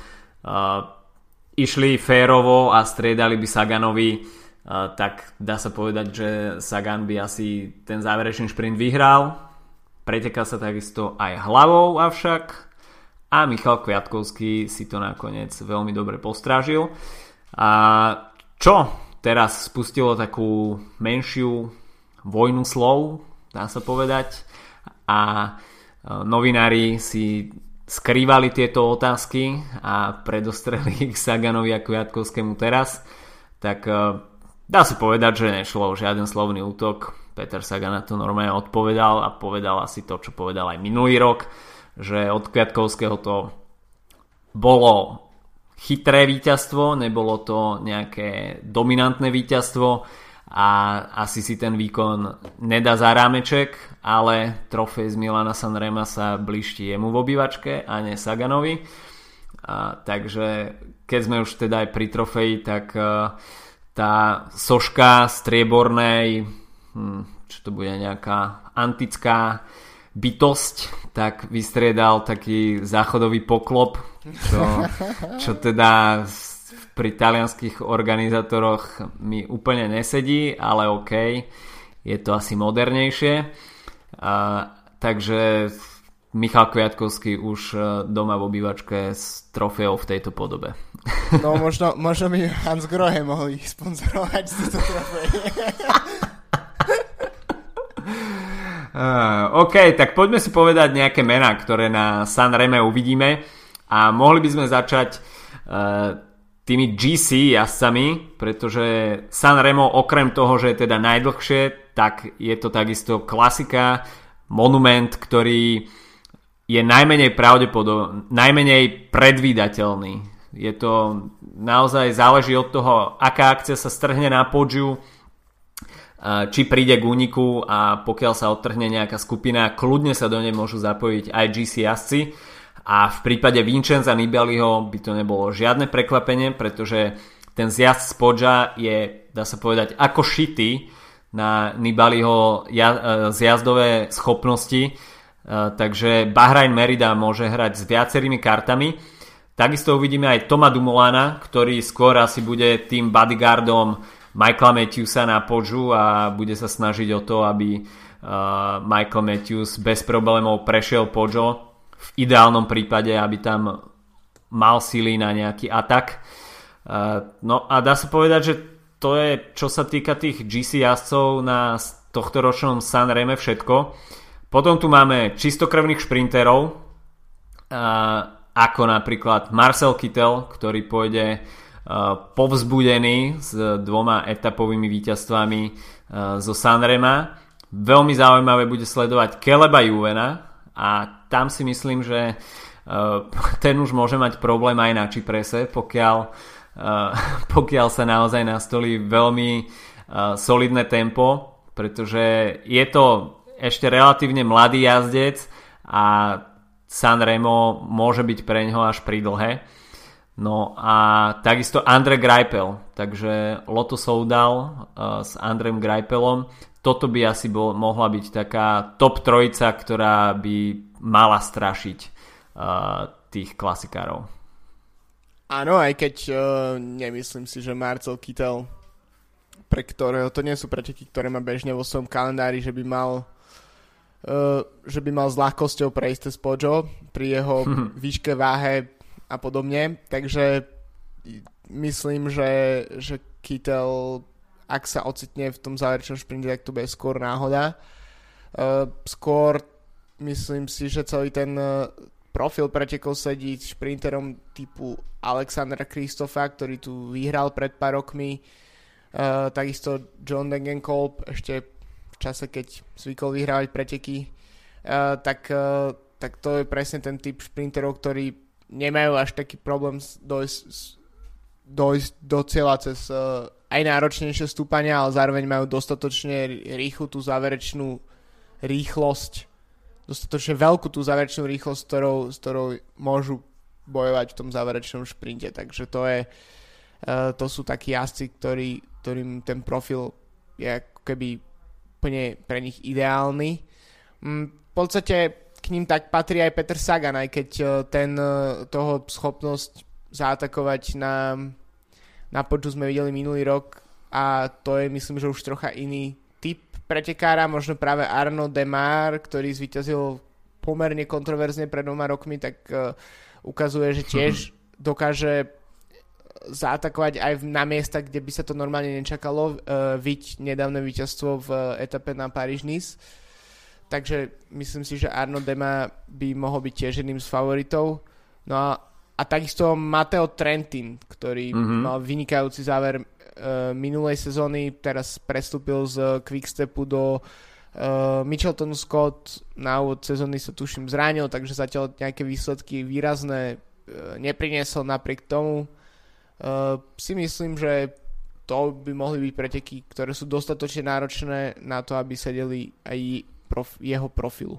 išli férovo a striedali by Saganovi, uh, tak dá sa povedať, že Sagan by asi ten záverečný šprint vyhral. Preteká sa takisto aj hlavou avšak a Michal Kviatkovský si to nakoniec veľmi dobre postrážil. A čo teraz spustilo takú menšiu vojnu slov, dá sa povedať, a novinári si skrývali tieto otázky a predostreli ich Saganovi a Kviatkovskému teraz, tak dá sa povedať, že nešlo o žiaden slovný útok. Peter Sagan na to normálne odpovedal a povedal asi to, čo povedal aj minulý rok, že od Kviatkovského to bolo chytré víťazstvo, nebolo to nejaké dominantné víťazstvo a asi si ten výkon nedá za rámeček, ale trofej z Milana Sanrema sa bližší jemu v obývačke a nie Saganovi. A, takže keď sme už teda aj pri trofeji, tak a, tá soška striebornej, hm, čo to bude nejaká antická bytosť, tak vystriedal taký záchodový poklop, čo, čo teda pri talianských organizátoroch mi úplne nesedí, ale OK, je to asi modernejšie. A, takže Michal Kviatkovský už doma v obývačke s trofeou v tejto podobe. No možno, možno by Hans Grohe mohli sponzorovať túto trofej. Uh, OK, tak poďme si povedať nejaké mená, ktoré na Sanreme uvidíme a mohli by sme začať uh, tými gé cé jazdcami, pretože Sanremo okrem toho, že je teda najdlhšie, tak je to takisto klasika, monument, ktorý je najmenej pravdepodobný, najmenej predvídateľný. Je to naozaj záleží od toho, aká akcia sa strhne na Poggiu, či príde k úniku a pokiaľ sa odtrhne nejaká skupina, kľudne sa do nej môžu zapojiť aj gé cé jazdci a v prípade Vincenza Nibaliho by to nebolo žiadne prekvapenie, pretože ten zjazd z Poggia je, dá sa povedať, ako šitý na Nibaliho zjazdové schopnosti, takže Bahrain Merida môže hrať s viacerými kartami. Takisto uvidíme aj Toma Dumolana, ktorý skôr asi bude tým bodyguardom Michaela Matthewsa na Poggiu a bude sa snažiť o to, aby uh, Michael Matthews bez problémov prešiel Poggio, v ideálnom prípade, aby tam mal síly na nejaký atak. Uh, no a dá sa povedať, že to je, čo sa týka tých gé cé jazdcov na to tohto ročnom Sanreme všetko. Potom tu máme čistokrvných šprinterov, ako napríklad Marcel Kittel, ktorý pôjde povzbudený s dvoma etapovými víťazstvami zo Sanrema. Veľmi zaujímavé bude sledovať Caleba Juvena a tam si myslím, že ten už môže mať problém aj na Čiprese, pokiaľ, pokiaľ sa naozaj nastolí veľmi solidné tempo, pretože je to ešte relatívne mladý jazdec a Sanremo môže byť pre ňoho až pridlhé. No a takisto Andre Greipel, takže Lotto Soudal uh, s Andrem Greipelom, toto by asi bol, mohla byť taká top trojica, ktorá by mala strašiť uh, tých klasikárov. Áno, aj keď uh, nemyslím si, že Marcel Kittel, pre ktorého to nie sú preteky, ktoré má bežne vo svojom kalendári, že by mal Uh, že by mal s ľahkosťou prejsť cez Poggio pri jeho výške, váhe a podobne. Takže myslím, že, že Kittel, ak sa ocitne v tom záverečnom šprinte, tak to bude skôr náhoda. Uh, skôr myslím si, že celý ten uh, profil pretekov sedí šprinterom typu Alexandra Kristofa, ktorý tu vyhral pred pár rokmi. Uh, takisto John Degenkolb ešte v čase, keď zvykol vyhrávať preteky, uh, tak, uh, tak to je presne ten typ šprinterov, ktorí nemajú až taký problém dojsť, dojsť do cieľa cez uh, aj náročnejšie stúpania, ale zároveň majú dostatočne rýchlu tú záverečnú rýchlosť, dostatočne veľkú tú záverečnú rýchlosť, ktorou, s ktorou môžu bojovať v tom záverečnom šprinte. Takže to, je, uh, to sú takí jazdci, ktorí, ktorým ten profil je ako keby úplne pre nich ideálny. V podstate k ním tak patrí aj Peter Sagan, aj keď ten toho schopnosť zaatakovať na, na Poggio sme videli minulý rok a to je myslím, že už trocha iný typ pretekára, možno práve Arnaud Démare, ktorý zvíťazil pomerne kontroverzne pred dvoma rokmi, tak uh, ukazuje, že tiež dokáže zaatakovať aj na miesta, kde by sa to normálne nečakalo. Uh, viď nedávne víťazstvo v etape na Paríž-Nice. Takže myslím si, že Arnaud Démare by mohol byť tiež jedným z favoritov. No a, a takisto Matteo Trentin, ktorý mm-hmm. mal vynikajúci záver uh, minulej sezóny, teraz prestúpil z Quickstepu do uh, Mitchelton Scott. Na úvod sezóny sa tuším zranil, takže zatiaľ nejaké výsledky výrazné uh, nepriniesol. Napriek tomu Uh, si myslím, že to by mohli byť preteky, ktoré sú dostatočne náročné na to, aby sedeli aj prof, jeho profilu.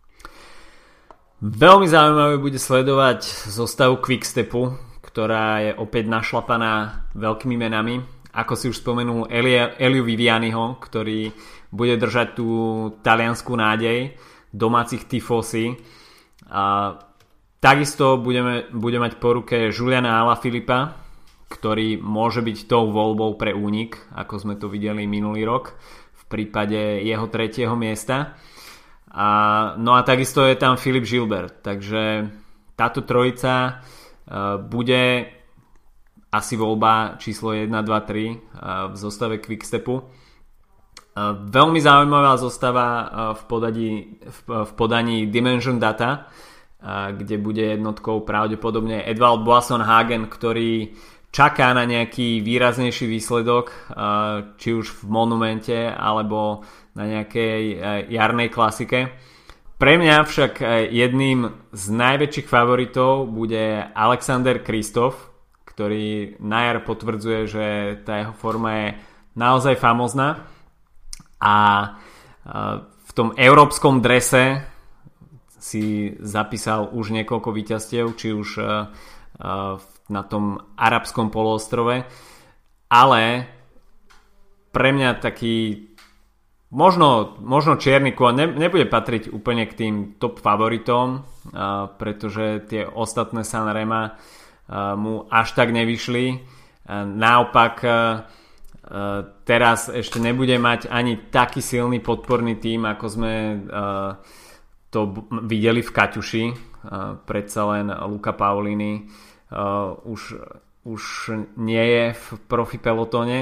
Veľmi zaujímavé bude sledovať zostavu Quickstepu, ktorá je opäť našlapaná veľkými menami. Ako si už spomenul, Elia, Eliu Vivianiho, ktorý bude držať tú taliansku nádej domácich tifosi. A takisto budeme, bude mať po ruke Juliana Alaphilippa, ktorý môže byť tou voľbou pre únik, ako sme to videli minulý rok v prípade jeho tretieho miesta. A, no a takisto je tam Philippe Gilbert, takže táto trojica uh, bude asi voľba číslo jedna, dva, tri uh, v zostave Quickstepu. Uh, veľmi zaujímavá zostava uh, v, podaní, v, v podaní Dimension Data, uh, kde bude jednotkou pravdepodobne Edvald Boasson-Hagen, ktorý čaká na nejaký výraznejší výsledok, či už v Monumente alebo na nejakej jarnej klasike. Pre mňa však jedným z najväčších favoritov bude Alexander Kristoff, ktorý na jar potvrdzuje, že tá jeho forma je naozaj famózna a v tom európskom drese si zapísal už niekoľko víťazstiev, či už v na tom arabskom poloostrove, ale pre mňa taký možno, možno čierny kôň ne, nebude patriť úplne k tým top favoritom, uh, pretože tie ostatné Sanrema uh, mu až tak nevyšli. Uh, naopak uh, uh, teraz ešte nebude mať ani taký silný podporný tím, ako sme uh, to videli v Kaťuši. Uh, predsa len Luca Paolini Uh, už, už nie je v profi pelotone,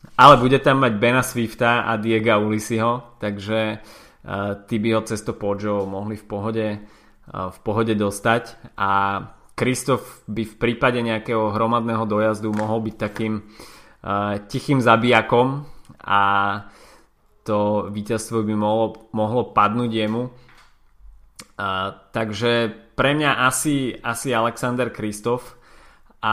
ale bude tam mať Bena Swifta a Diega Ulisiho, takže uh, tí by ho cez to Poggio mohli v pohode, uh, v pohode dostať a Kristof by v prípade nejakého hromadného dojazdu mohol byť takým uh, tichým zabijakom a to víťazstvo by mohlo, mohlo padnúť jemu. Uh, takže pre mňa asi, asi Alexander Kristof a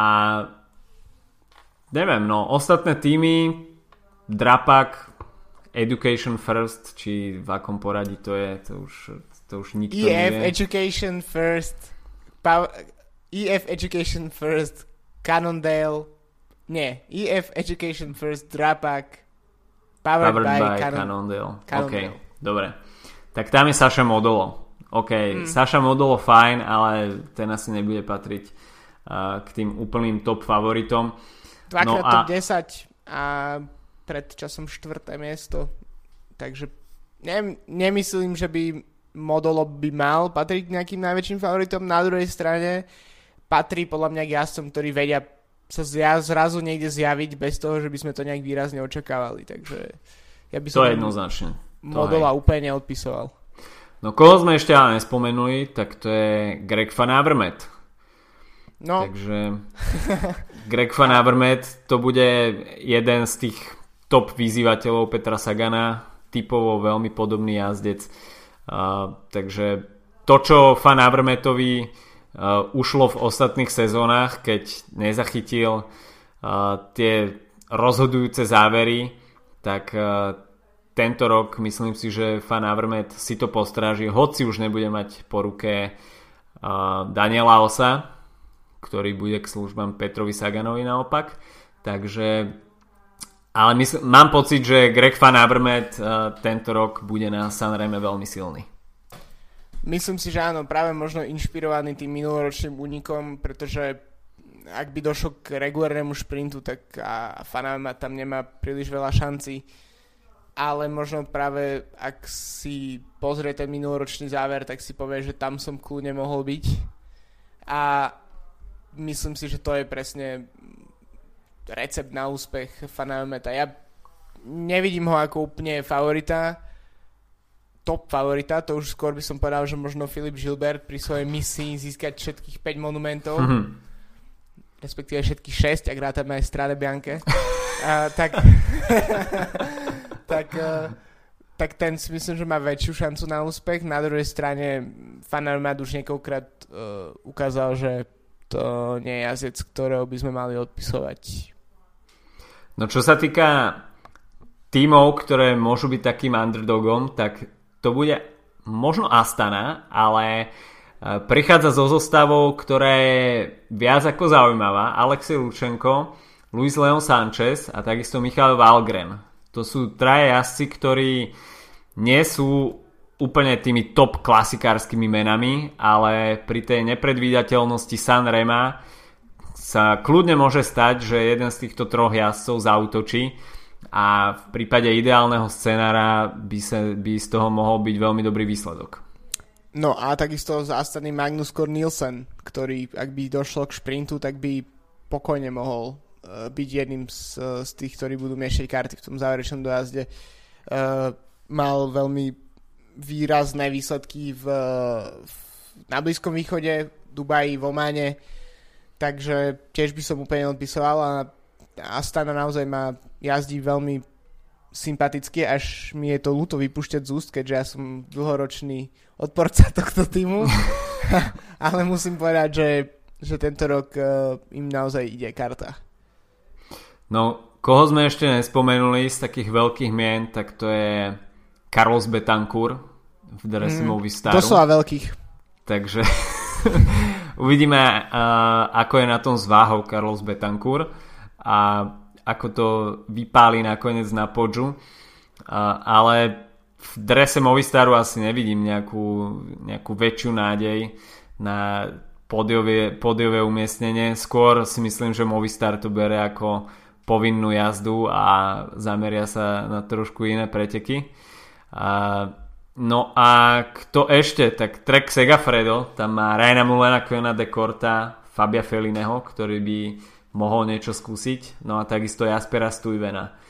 neviem, no ostatné týmy Drapak, Education First, či v akom poradí to je, to už, to už nikto E F nevie. Education First, Pow- E F Education First, Cannondale, nie, E F Education First, Drapak, Powered, Powered by, by Cannon- Cannondale. Cannondale. OK, dobre. Tak tam je Saša Modolo. OK, mm. Saša Modolo fajn, ale ten asi nebude patriť uh, k tým úplným top favoritom. Dvakrát no a... top desať a pred časom štvrté miesto. Takže ne, nemyslím, že by Modolo by mal patriť k nejakým najväčším favoritom. Na druhej strane patrí podľa mňa k jazdcom, ktorí vedia sa zja, zrazu niekde zjaviť bez toho, že by sme to nejak výrazne očakávali. Takže ja by som to je jednoznačne. Modola úplne neodpisoval. No koho sme ešte ale nespomenuli, tak to je Greg Van Avermaet. No. Takže Greg Van Avermaet to bude jeden z tých top vyzývateľov Petra Sagana, typovo veľmi podobný jazdec. Uh, takže to, čo Van Avermaetovi Uh, ušlo v ostatných sezónach, keď nezachytil uh, tie rozhodujúce závery, tak uh, tento rok myslím si, že Van Avermaet si to postráži, hoci už nebude mať po ruke uh, Daniela Osa, ktorý bude k službám Petrovi Saganovi naopak. Takže ale mysl- mám pocit, že Greg Van Avermaet uh, tento rok bude na Sanreme veľmi silný. Myslím si, že áno, práve možno inšpirovaný tým minuloročným únikom, pretože ak by došlo k regulárnemu šprintu, tak a Fanama tam nemá príliš veľa šancí. Ale možno práve ak si pozrie ten minuloročný záver, tak si povie, že tam som kľudne mohol byť. A myslím si, že to je presne recept na úspech Fanameta. Ja nevidím ho ako úplne favorita, top favorita, to už skôr by som povedal, že možno Filip Gilbert pri svojej misii získať všetkých päť monumentov, mm-hmm. respektíve všetkých šesť, ak rátame aj Strade Bianche, uh, tak, tak, uh, tak ten si myslím, že má väčšiu šancu na úspech. Na druhej strane Van Avermaet už niekoľkrát uh, ukázal, že to nie je jazdec, ktorého by sme mali odpisovať. No čo sa týka tímov, ktoré môžu byť takým underdogom, tak to bude možno Astana, ale prichádza so zostavou, ktorá je viac ako zaujímavá. Alexej Lučenko, Luis Leon Sanchez a takisto Michal Valgren. To sú traje jazdci, ktorí nie sú úplne tými top klasikárskymi menami, ale pri tej nepredvídateľnosti Sanrema sa kľudne môže stať, že jeden z týchto troch jazdcov zaútočí a v prípade ideálneho scenára by, sa, by z toho mohol byť veľmi dobrý výsledok. No a takisto zástaný Magnus Cort Nielsen, ktorý ak by došlo k šprintu, tak by pokojne mohol uh, byť jedným z, z tých, ktorí budú miešať karty v tom záverečnom dojazde. Uh, mal veľmi výrazné výsledky v, v, na Blízkom východe, Dubaji, v Ománe, takže tiež by som úplne odpisoval a Astana naozaj má jazdí veľmi sympaticky, až mi je to ľúto vypúšťať z úst, keďže ja som dlhoročný odporca tohto týmu. Ale musím povedať, že, že tento rok uh, im naozaj ide karta. No, koho sme ešte nespomenuli z takých veľkých mien, tak to je Carlos Betancourt v drese mm, Movistaru. Doslova veľkých. Takže uvidíme, uh, ako je na tom s váhou Carlos Betancourt a ako to vypáli nakoniec na Poggiu. Uh, ale v drese Movistaru asi nevidím nejakú, nejakú väčšiu nádej na pódiové, pódiové umiestnenie. Skôr si myslím, že Movistar to bere ako povinnú jazdu a zameria sa na trošku iné preteky. Uh, no a kto ešte? Tak Trek Segafredo, tam má Ryana Mullena, Koena de Korta, Fabia Felineho, ktorý by mohol niečo skúsiť, no a takisto Jaspera Stuyvena.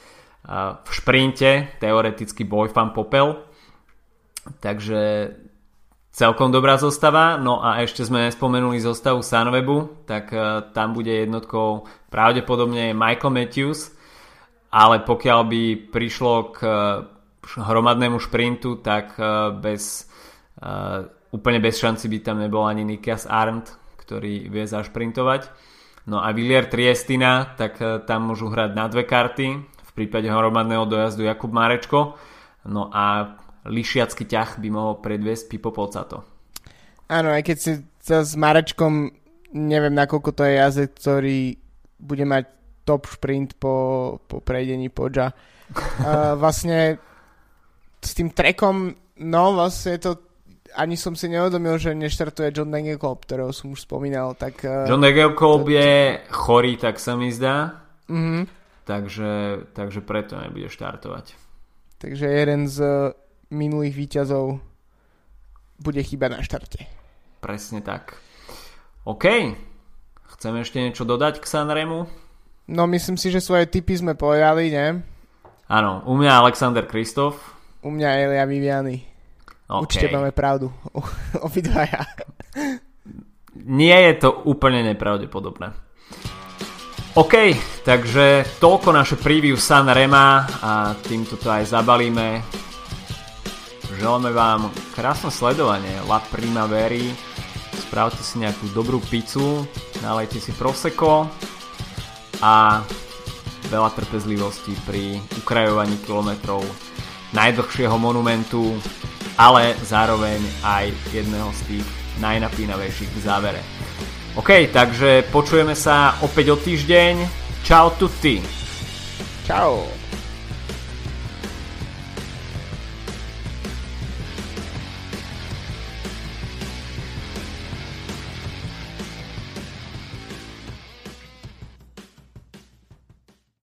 v šprinte, teoreticky Boifan Popel. Takže celkom dobrá zostava. No a ešte sme nespomenuli zostavu Sunwebu, tak tam bude jednotkou pravdepodobne Michael Matthews, ale pokiaľ by prišlo k hromadnému šprintu, tak bez, úplne bez šanci by tam nebol ani Nikias Arndt, ktorý vie zašprintovať. No a Villiers Triestina, tak tam môžu hrať na dve karty, v prípade hromadného dojazdu Jakub Marečko, no a lišiacky ťah by mohol predviesť Pipo Pozzato. Áno, aj keď si sa s Marečkom, neviem nakoľko to je jazdec, ktorý bude mať top šprint po, po prejdení Podža. Uh, vlastne s tým trekom, no vlastne to ani som si neuvedomil, že neštartuje John Degenkolb, ktorého som už spomínal. Tak, uh, John Degenkolb to... je chorý, tak sa mi zdá. Mm-hmm. Takže, takže preto nebude štartovať. Takže jeden z minulých víťazov bude chýbať na štarte. Presne tak. OK. Chceme ešte niečo dodať k Sanremu? No myslím si, že svoje tipy sme povedali, ne? Áno, u mňa Alexander Kristof. U mňa Elia Viviani. Okay. Určite máme pravdu. Obidvaja. Nie je to úplne nepravdepodobné. OK, takže toľko naše preview Sanrema a týmto to aj zabalíme. Želáme vám krásne sledovanie La Primaveri. Spravte si nejakú dobrú pizzu, nalejte si prosecco a veľa trpezlivosti pri ukrajovaní kilometrov najdlhšieho monumentu, ale zároveň aj jedného z tých najnapínavejších v závere. OK, takže počujeme sa opäť o týždeň. Čau tutti. Čau.